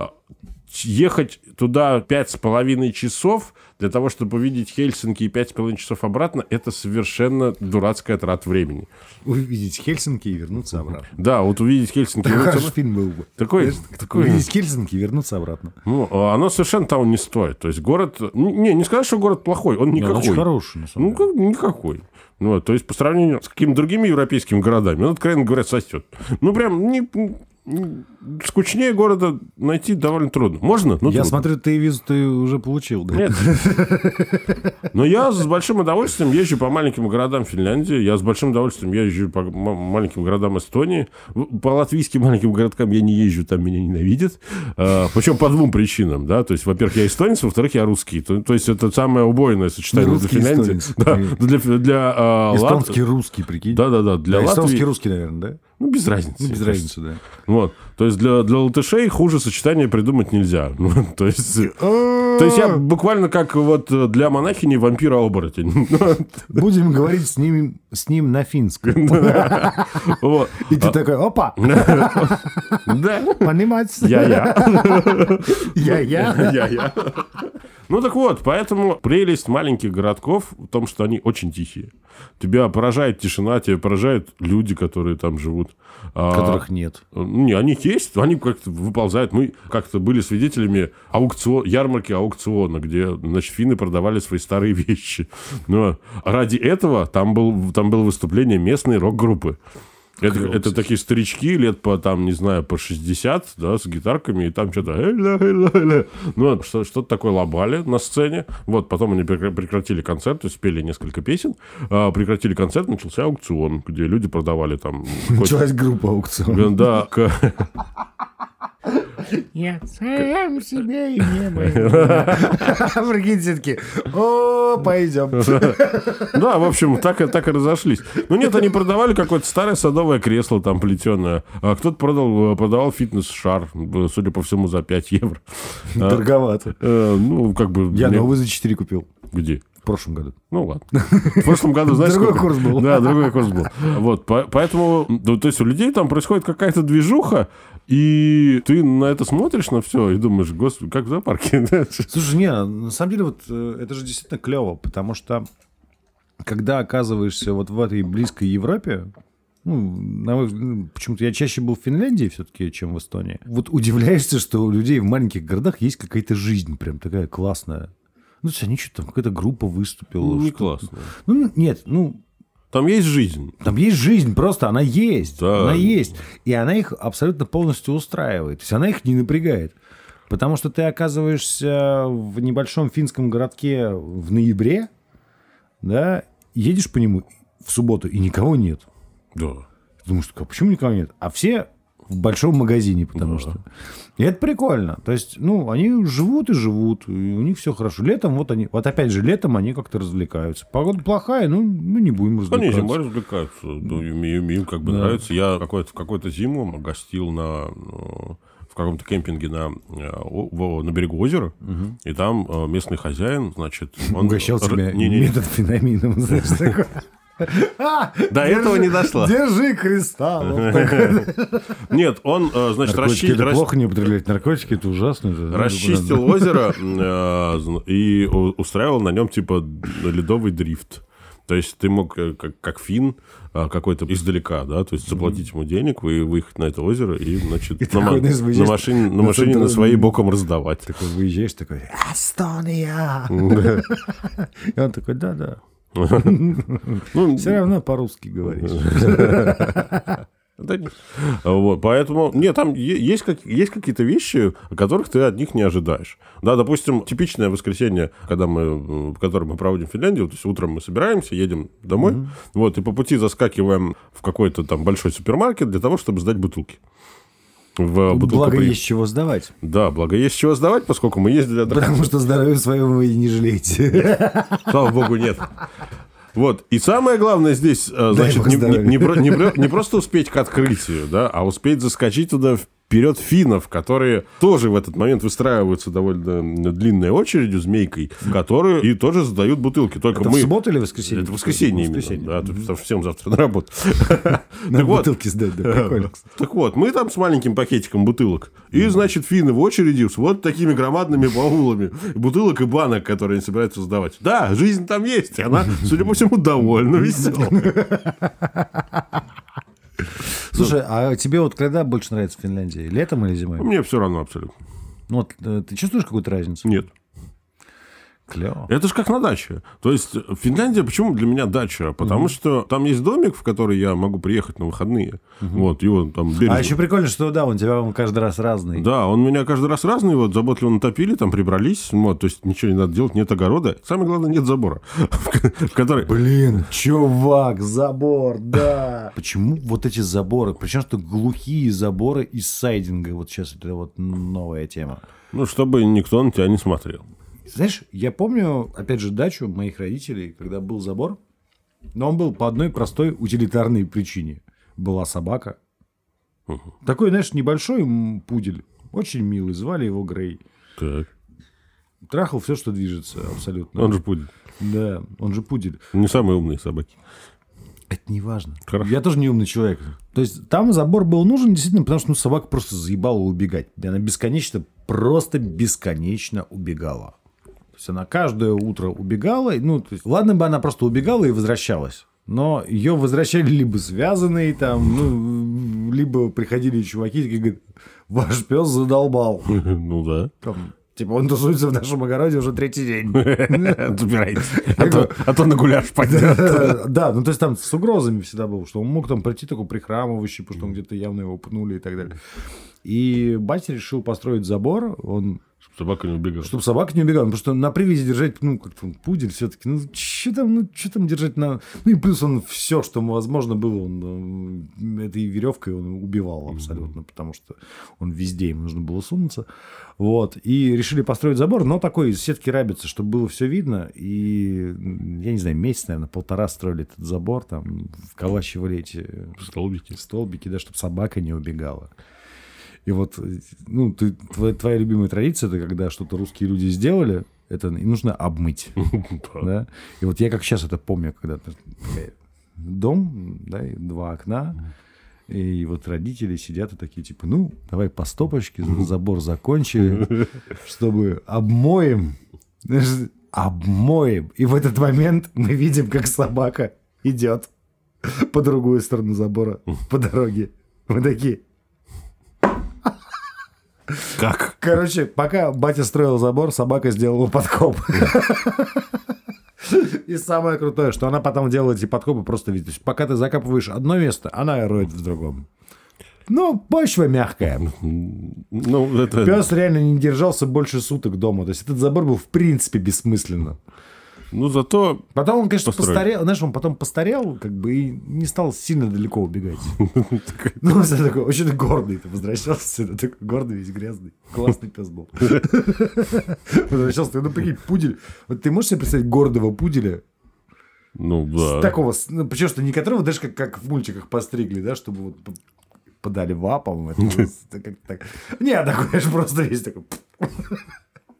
ехать туда пять с половиной часов для того, чтобы увидеть Хельсинки и пять с половиной часов обратно, это совершенно дурацкая трата времени. Увидеть Хельсинки и вернуться обратно. Да, вот увидеть Хельсинки и вернуться обратно. Фильм был бы. Такой, такой... Увидеть Хельсинки и вернуться обратно. Ну, оно совершенно того не стоит. То есть город... Не, не сказать, что город плохой, он никакой. Он очень хороший, на самом деле. Ну, никакой. Ну, то есть, по сравнению с какими-то другими европейскими городами, он, откровенно говоря, сосет. Ну, прям не, не, скучнее города найти довольно трудно. Можно? Но я трудно. смотрю, ты визу ты уже получил, да? Нет. Но я с большим удовольствием езжу по маленьким городам Финляндии, я с большим удовольствием езжу по маленьким городам Эстонии. По латвийским маленьким городкам я не езжу, там меня ненавидят. Причем по двум причинам. Да? То есть, во-первых, я эстонец, во-вторых, я русский. То, то есть, это самое убойное сочетание для Финляндии. Да, для, для, а, эстонский Лат... русский, прикинь. Да-да-да. Для да, Латвии... Эстонский русский, наверное, да? Ну, без разницы. Ну, без разницы, да. Вот. То есть, для, для латышей хуже сочетания придумать нельзя. То есть, то есть, я буквально как вот для монахини вампира-оборотень. Будем говорить с ним, с ним на финском. И ты такой, опа! Да. Понимать? Я-я. Я-я. Я-я. Ну, так вот, поэтому прелесть маленьких городков в том, что они очень тихие. Тебя поражает тишина, тебя поражают люди, которые там живут. Которых нет. Не, они есть, они как-то выползают. Мы как-то были свидетелями аукцион, ярмарки аукциона, где, значит, финны продавали свои старые вещи. Но ради этого там, был, там было выступление местной рок-группы. Это, это такие старички лет по, там, не знаю, по шестьдесят, да, с гитарками, и там что-то... Ну, что, что-то такое лобали на сцене. Вот, потом они прекратили концерт, то есть спели несколько песен, а, прекратили концерт, начался аукцион, где люди продавали там... Началась группа аукцион. Да, к... Я сам себе и не мою. Прикинь, все-таки, о, пойдем. Да, в общем, так, так и разошлись. Ну нет, они продавали какое-то старое садовое кресло там плетеное. А кто-то продал, продавал фитнес-шар, судя по всему, за пять евро. Дороговато. А, ну, как бы... Я новый за четыре купил. Где? В прошлом году. Ну, ладно. В прошлом году, знаешь, другой сколько? курс был. Да, другой курс был. Вот, по- поэтому, ну, то есть у людей там происходит какая-то движуха, и ты на это смотришь, на все, и думаешь, господи, как в зоопарке. Слушай, не, на самом деле, вот это же действительно клево, потому что когда оказываешься вот в этой близкой Европе, ну, почему-то я чаще был в Финляндии все-таки, чем в Эстонии. Вот удивляешься, что у людей в маленьких городах есть какая-то жизнь прям такая классная. Ну, то есть они что-то там, какая-то группа выступила. Не что-то. классно. Ну, нет, ну... Там есть жизнь. Там есть жизнь, просто она есть. Да. Она есть. И она их абсолютно полностью устраивает. То есть она их не напрягает. Потому что ты оказываешься в небольшом финском городке в ноябре, да, едешь по нему в субботу, и никого нет. Да. Ты думаешь, а почему никого нет? А все в большом магазине, потому Да. что... И это прикольно. То есть, ну, они живут и живут, и у них все хорошо. Летом вот они... Вот опять же, летом они как-то развлекаются. Погода плохая, ну, мы не будем развлекаться. Они зимой развлекаются. Ну, им, им- им как бы Да. нравится. Я какой-то, в какой-то зиму гостил на... э, в каком-то кемпинге на, э, о- во- на берегу озера, и там э, местный хозяин, значит... Он Угощал р- тебя не-не-не. методфенамином, знаешь, такое. До этого не дошло. Держи кристалл. Нет, он, э, значит, Наркотики расчи- это рас- плохо, не употреблять наркотики, это ужасно. это- расчистил озеро э, зн- и у- устраивал на нем типа ледовый дрифт. То есть ты мог, э, как, как фин, э, какой-то издалека, да, то есть заплатить ему денег, вы выехать на это озеро и, значит, И на, ма- такой, знаешь, на выезжаешь машине, на на машине на центр- своей боком раздавать. Такой выезжаешь, такой, Эстония. И он такой, да-да. Ну, Все равно по-русски говоришь. да нет. Вот, поэтому, нет, там е- есть, как, есть какие-то вещи, которых ты от них не ожидаешь. Да, допустим, типичное воскресенье, когда мы, которое мы проводим в Финляндии, то есть утром мы собираемся, едем домой, mm-hmm. вот, и по пути заскакиваем в какой-то там большой супермаркет для того, чтобы сдать бутылки. В Благо при- есть чего сдавать. Да, благо есть чего сдавать, поскольку мы ездили отдыхать. Потому что здоровье своего вы не жалеете. Слава богу, нет. Вот. И самое главное здесь, э, значит, бог не, не- здоровья. не про- не про- не просто успеть к открытию, да, а успеть заскочить туда вперед финнов, которые тоже в этот момент выстраиваются довольно длинной очередью, змейкой, которые и тоже сдают бутылки. Только Это мы... в субботу или воскресенье? Это воскресенье именно, Воскресенье. да, потому что всем завтра на работу. На Так вот, бутылки сдать, да, прикольно. так вот, мы там с маленьким пакетиком бутылок. И, значит, финны в очереди с вот такими громадными баулами бутылок и банок, которые они собираются сдавать. Да, жизнь там есть, и она, судя по всему, довольно веселая. Слушай, а тебе вот когда больше нравится в Финляндии? Летом или зимой? Мне все равно абсолютно. Ну, вот, э, ты чувствуешь какую-то разницу? Нет. Клево. Это же как на даче. То есть Финляндия, почему для меня дача? Потому что там есть домик, в который я могу приехать на выходные. Вот, его там бережно. А еще прикольно, что да, он тебя он каждый раз разный. Да, он меня каждый раз разный, вот, заботливо натопили, там прибрались, вот, то есть ничего не надо делать, нет огорода. Самое главное, нет забора, в который... Блин, чувак, забор, да. Почему вот эти заборы, причем что глухие заборы из сайдинга, вот сейчас это вот новая тема. Ну, чтобы никто на тебя не смотрел. Знаешь, я помню, опять же, дачу моих родителей, когда был забор, но он был по одной простой утилитарной причине. Была собака. Угу. Такой, знаешь, небольшой м, пудель, очень милый, звали его Грей. Так. Трахал все, что движется, абсолютно. Он же пудель. Да, он же пудель. Не самые умные собаки. Это не важно. Хорошо. Я тоже не умный человек. То есть там забор был нужен действительно, потому что ну, собака просто заебала убегать. И она бесконечно, просто бесконечно убегала. То есть она каждое утро убегала. Ну, то есть, ладно бы она просто убегала и возвращалась. Но ее возвращали либо связанные, там, ну, либо приходили чуваки и говорят, ваш пес задолбал. Ну да. Там, типа он тусуется в нашем огороде уже третий день. Забирайте. А то на гуляш пойдет. Да, ну то есть там с угрозами всегда было, что он мог там прийти такой прихрамывающий, потому что он где-то явно его пнули и так далее. И батя решил построить забор, он... Собака не убегала. Чтобы собака не убегала. Потому что на привязи держать, ну, как-то он пудель все-таки. Ну, что там, ну, что там держать на... Ну, и плюс он все, что возможно было, он этой веревкой он убивал абсолютно, потому что он везде, ему нужно было сунуться. Вот. И решили построить забор, но такой из сетки рабицы, чтобы было все видно. И, я не знаю, месяц, наверное, полтора строили этот забор, там, вколачивали эти... Столбики. Столбики, да, чтобы собака не убегала. И вот, ну, ты, твоя, твоя любимая традиция, это когда что-то русские люди сделали, это и нужно обмыть. Да? И вот я как сейчас это помню, когда дом, да, и два окна, и вот родители сидят и такие, типа, ну, давай по стопочке, забор закончили, чтобы обмоем, обмоем. И в этот момент мы видим, как собака идет по другую сторону забора, по дороге. Мы такие... Как? Короче, пока батя строил забор, собака сделала подкоп. И самое крутое, что она потом делала эти подкопы просто видишь. Пока ты закапываешь одно место, она роет в другом. Ну, почва мягкая. Ну, это... Пес реально не держался больше суток дома. То есть этот забор был в принципе бессмысленно. Ну, зато... Потом он, конечно, построили. постарел. Знаешь, он потом постарел, как бы, и не стал сильно далеко убегать. Ну, он такой очень гордый. Ты возвращался сюда, такой гордый, весь грязный. Классный пес был. Возвращался, ну, прикинь, пудель. Вот ты можешь себе представить гордого пуделя? Ну, да. Такого, ну, причем, что не которого даже как, как в мультиках постригли, да, чтобы вот подали вапом. Это, как так. Не, такой, знаешь, просто весь такой...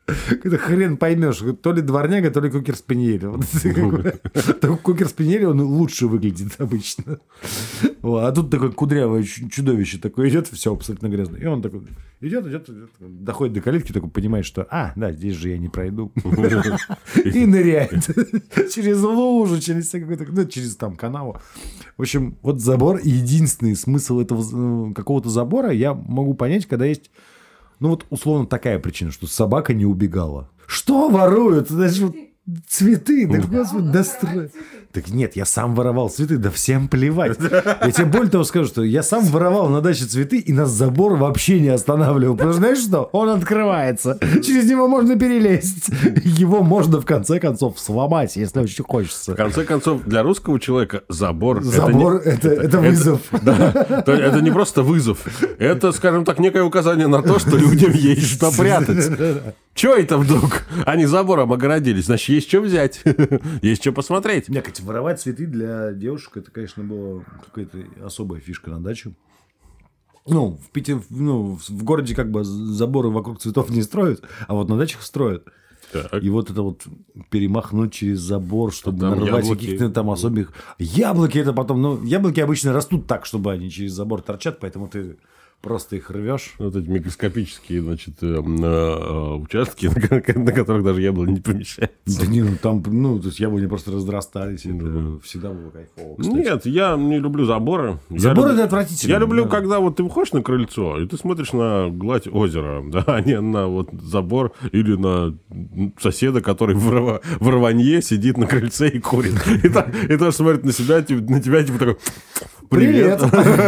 Это хрен поймешь, то ли дворняга, то ли кокер-спаниель. Вот, кокер-спаниель, он лучше выглядит обычно. Вот. А тут такое кудрявое чудовище такое идет, все абсолютно грязное. И он такой идет, идет, идет, доходит до калитки, такой понимает, что, а, да, здесь же я не пройду. И ныряет через лужу, через какой-то, ну, через там канаву. В общем, вот забор, единственный смысл этого какого-то забора я могу понять, когда есть... Ну, вот, условно, такая причина, что собака не убегала. Что воруют? Значит, вот, цветы. Да, господи, да стра... Так нет, я сам воровал цветы, да всем плевать. Я тебе более того скажу, что я сам воровал на даче цветы, и нас забор вообще не останавливал. Потому что, знаешь что? Он открывается. Через него можно перелезть. Его можно, в конце концов, сломать, если очень хочется. В конце концов, для русского человека забор... Забор – это, это, это вызов. Это, да, это не просто вызов. Это, скажем так, некое указание на то, что людям есть что прятать. Чего это вдруг? Они забором огородились. Значит, есть что взять. Есть что посмотреть. Мне, кстати, воровать цветы для девушек, это, конечно, была какая-то особая фишка на дачу. Ну, в Питере, ну, в городе как бы заборы вокруг цветов не строят, а вот на дачах строят. Так. И вот это вот перемахнуть через забор, чтобы там нарвать яблоки... каких-то там особенных... Яблоки это потом... Ну, яблоки обычно растут так, чтобы они через забор торчат, поэтому ты... Просто их рвешь. Вот эти микроскопические, значит, э, э, участки, на, на которых даже яблони не помещаются. Да не, ну там, ну, то есть яблони просто разрастались. Это mm-hmm. всегда было кайфово, кстати. Нет, я не люблю заборы. Заборы это я отвратительно. Я люблю, да. когда вот ты выходишь на крыльцо, и ты смотришь на гладь озера, да, а не на вот забор или на соседа, который в, рва, в рванье сидит на крыльце и курит. И, так, и тоже смотрит на себя, на тебя, типа такой... Привет.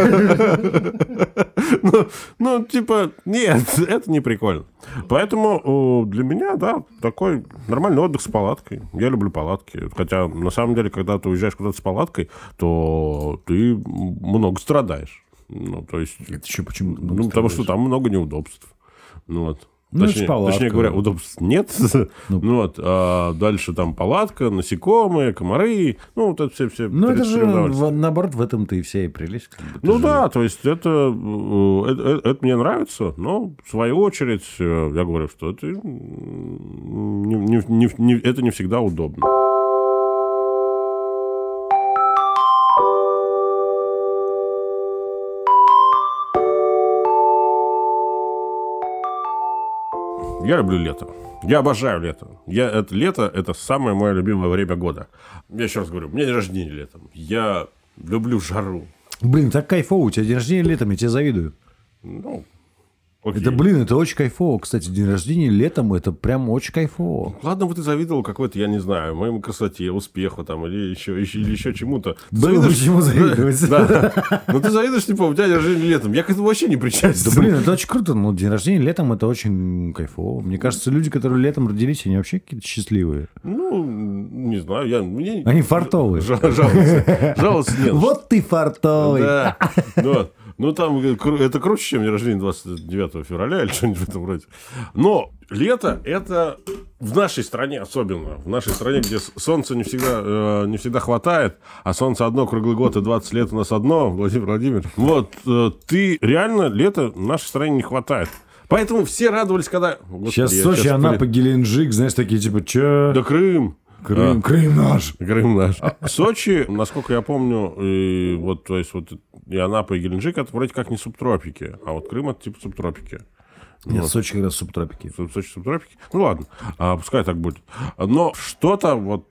ну, ну, типа, нет, это не прикольно. Поэтому для меня, да, такой нормальный отдых с палаткой. Я люблю палатки. Хотя, на самом деле, когда ты уезжаешь куда-то с палаткой, то ты много страдаешь. Ну, то есть... Это еще почему? Ну, потому что там много неудобств. Ну, вот. Ну, точнее, точнее говоря, удобств нет. Ну, ну, вот, а дальше там палатка, насекомые, комары. Ну, вот это все... все ну, это же, в, наоборот, в этом-то и вся и прелесть. Как бы, ну, да, же... то есть, это, это, это мне нравится, но, в свою очередь, я говорю, что это не, не, не, не, это не всегда удобно. Я люблю лето. Я обожаю лето. Я, это, лето – это самое мое любимое время года. Я еще раз говорю, у меня день рождения летом. Я люблю жару. Блин, так кайфово. У тебя день рождения летом, я тебе завидую. Ну, окей. Это, блин, это очень кайфово. Кстати, день рождения летом – это прям очень кайфово. Ладно, бы ты завидовал какой-то, я не знаю, моему красоте, успеху там, или еще, еще, или еще чему-то. Было почему завидовать. Да. Но ты завидуешь, типа, у тебя день рождения летом. Я к этому вообще не причастен. Да, блин, это очень круто. Но день рождения летом – это очень кайфово. Мне кажется, люди, которые летом родились, они вообще какие-то счастливые. Ну, не знаю. Я, мне... Они фартовые. Жаловаться. Жаловаться нет. Вот ты фартовый. Да. Вот. Ну, там это круче, чем день рождения двадцать девятого февраля или что-нибудь в этом роде. Но лето – это в нашей стране особенно. В нашей стране, где солнца не всегда, э, не всегда хватает, а солнце одно круглый год и двадцать лет у нас одно, Владимир Владимирович. Вот, э, ты реально лето в нашей стране не хватает. Поэтому все радовались, когда... Господи, сейчас Сочи, сейчас Анапа, Геленджик, знаешь, такие типа, че? Да Крым. Крым, а, Крым наш. Крым наш. А Сочи, насколько я помню, и вот, то есть, вот и Анапа, и Геленджик, это вроде как не субтропики, а вот Крым это типа субтропики. Нет, вот. Сочи как раз субтропики. Сочи субтропики. Ну ладно, а, пускай так будет. Но что-то вот...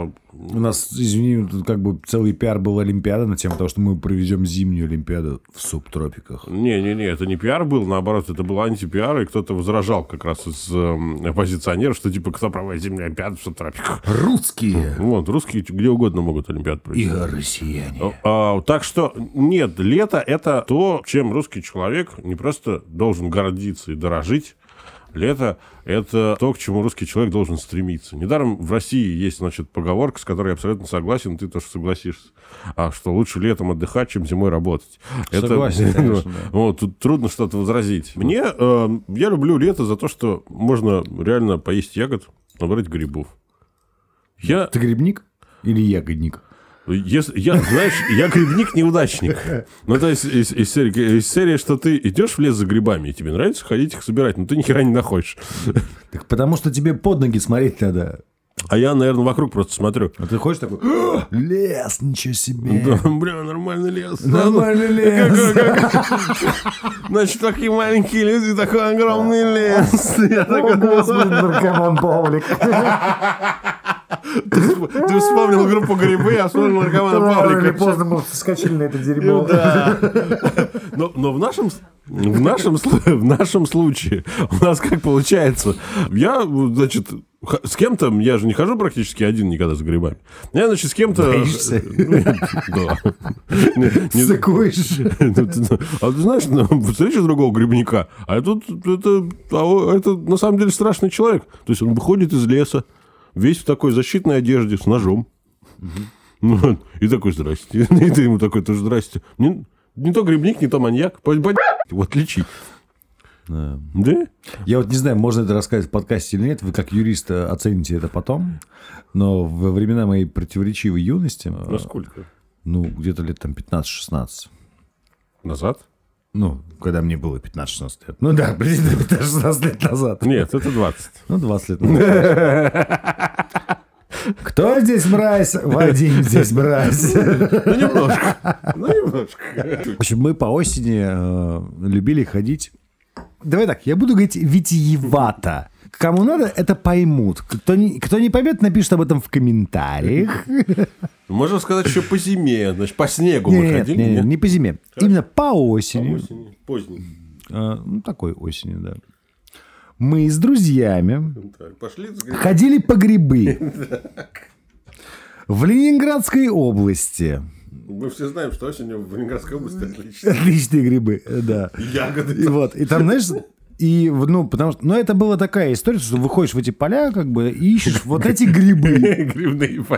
У нас, извини, тут как бы целый пиар был Олимпиада на тему того, что мы проведем зимнюю Олимпиаду в субтропиках. Не-не-не, это не пиар был, наоборот, это был антипиар, и кто-то возражал как раз из э, оппозиционеров, что типа кто проводит зимнюю Олимпиаду в субтропиках. Русские. Вот, русские где угодно могут Олимпиаду провести. И россияне. А, так что, нет, лето – это то, чем русский человек не просто должен гордиться и дорожить. Лето – это то, к чему русский человек должен стремиться. Недаром в России есть, значит, поговорка, с которой я абсолютно согласен, ты тоже согласишься, а, что лучше летом отдыхать, чем зимой работать. Согласен, это, конечно, да. Вот, тут трудно что-то возразить. Мне, э, я люблю лето за то, что можно реально поесть ягод, набрать грибов. Я... Ты грибник или ягодник? Если, я, знаешь, я грибник-неудачник. Ну, то есть, из, из, серии, из серии, что ты идешь в лес за грибами, и тебе нравится ходить их собирать, но ты ни хера не находишь. Так потому что тебе под ноги смотреть надо. А я, наверное, вокруг просто смотрю. А ты ходишь такой, лес, ничего себе. Да, бля, нормальный лес. Нормальный лес. Значит, такие маленькие люди, такой огромный лес. Я такой, Господи, наркоман Павлик. Ты вспомнил группу «Грибы», я вспомнил наркомана Павлика. Рано или поздно мы соскочили на это дерьмо. Да. Но, но в нашем... В нашем, в нашем случае у нас как получается, я, значит, с кем-то, я же не хожу практически один никогда за грибами. Я, значит, с кем-то... Боишься? Да. Сыкуешь. А ты знаешь, встречаешь другого грибника, а тут это, это на самом деле страшный человек. То есть он выходит из леса, весь в такой защитной одежде, с ножом. И такой, здрасте. И ты ему такой, тоже здрасте. Не то грибник, не то маньяк. Вот лечи. Да. Да? Я вот не знаю, можно это рассказать в подкасте или нет. Вы как юрист оцените это потом. Но во времена моей противоречивой юности... Насколько? Ну, где-то лет там пятнадцать-шестнадцать. Назад? Ну, когда мне было пятнадцать-шестнадцать лет. Ну да, приблизительно пятнадцать-шестнадцать лет назад. Нет, это двадцать. Ну, двадцать лет назад. Кто здесь мразь? Вадим здесь мразь. Ну, немножко. Ну, немножко. В общем, мы по осени э, любили ходить... Давай так, я буду говорить витиевато. Кому надо, это поймут. Кто не, кто не поймет, напишет об этом в комментариях. Можно сказать, еще по зиме. Значит, по снегу мы Нет, ходили. нет, нет, не по зиме. Именно по осени. По осени. Поздней. А, ну, такой осенью, да. Мы с друзьями Так, пошли с грибами. ходили по грибы. В Ленинградской области. Мы все знаем, что осенью в Ленинградской области отлично. Отличные грибы, да. Ягоды. И вот, и там, знаешь, и, ну, потому что, ну, это была такая история, что выходишь в эти поля, как бы, и ищешь вот эти грибы. Грибные поля.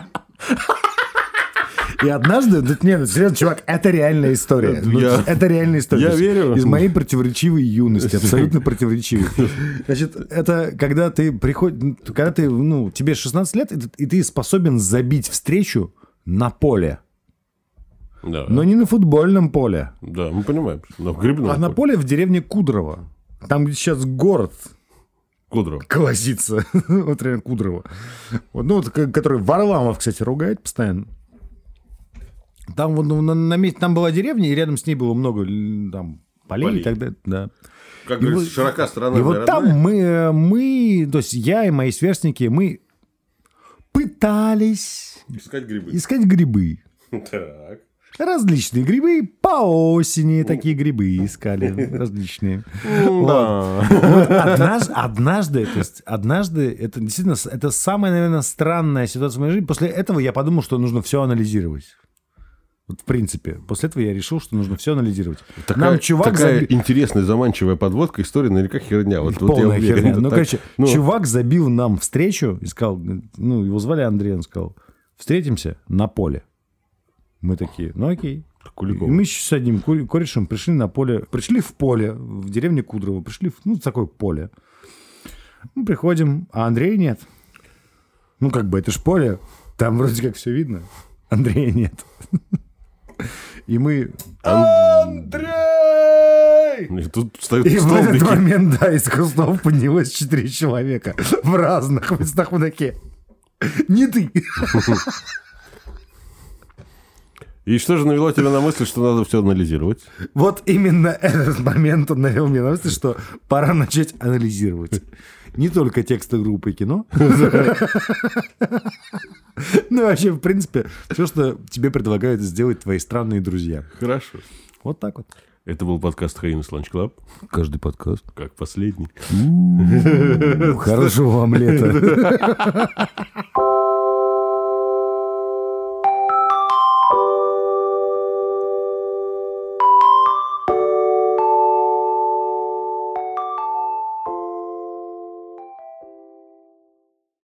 И однажды, да, нет, ну, серьезно, чувак, это реальная история. Ну, Я- это реальная история. я То есть верю. Из моей противоречивой юности, абсолютно противоречивой. Значит, это когда ты приходишь, когда ты, ну, тебе шестнадцать лет, и ты- и ты способен забить встречу на поле. Да. Но не на футбольном поле, Да, мы понимаем. Но в грибном а на поле. поле в деревне Кудрово. Там, где сейчас город Кудрово. колосится. Вот реально Кудрово. Вот, ну, вот, к- который Варламов, кстати, ругает постоянно. Там, вот, ну, на, на месте, там была деревня, и рядом с ней было много м, там, полей, Полей. и так далее. Да. Как И говорится, вот- широка страна. И вот там мы, мы, то есть я и мои сверстники, мы пытались Искать грибы. искать грибы. Так. Различные грибы. По осени такие грибы искали. Различные. Да. Вот однажды, однажды, то есть однажды, это действительно, это самая, наверное, странная ситуация в моей жизни. После этого я подумал, что нужно все анализировать. Вот в принципе. После этого я решил, что нужно все анализировать. Такая, Нам чувак такая заби- интересная, заманчивая подводка, история наверняка херня. Вот, вот я Полная уверен, херня. это Ну, так. короче, Ну, чувак забил нам встречу и сказал, ну, его звали Андрей, он сказал, встретимся на поле. Мы такие, ну окей. И Куликов. мы еще с одним ко- корешем пришли на поле, пришли в поле, в деревне Кудрово, пришли в, ну, такое поле. Мы приходим, а Андрея нет. Ну, как бы, это ж поле, там вроде как все видно. Андрея нет. И мы... Андрей! И тут встают И в этот столбики. момент, да, из кустов поднялось четыре человека в разных местах. Мы такие, не ты. И что же навело тебя на мысль, что надо все анализировать? Вот именно этот момент он навел мне на мысль, что пора начать анализировать. Не только тексты группы кино. Ну, вообще, в принципе, все, что тебе предлагают сделать твои странные друзья. Хорошо. Вот так вот. Это был подкаст Хаинус Ланч Клаб. Каждый подкаст. Как последний. Хорошего вам лета.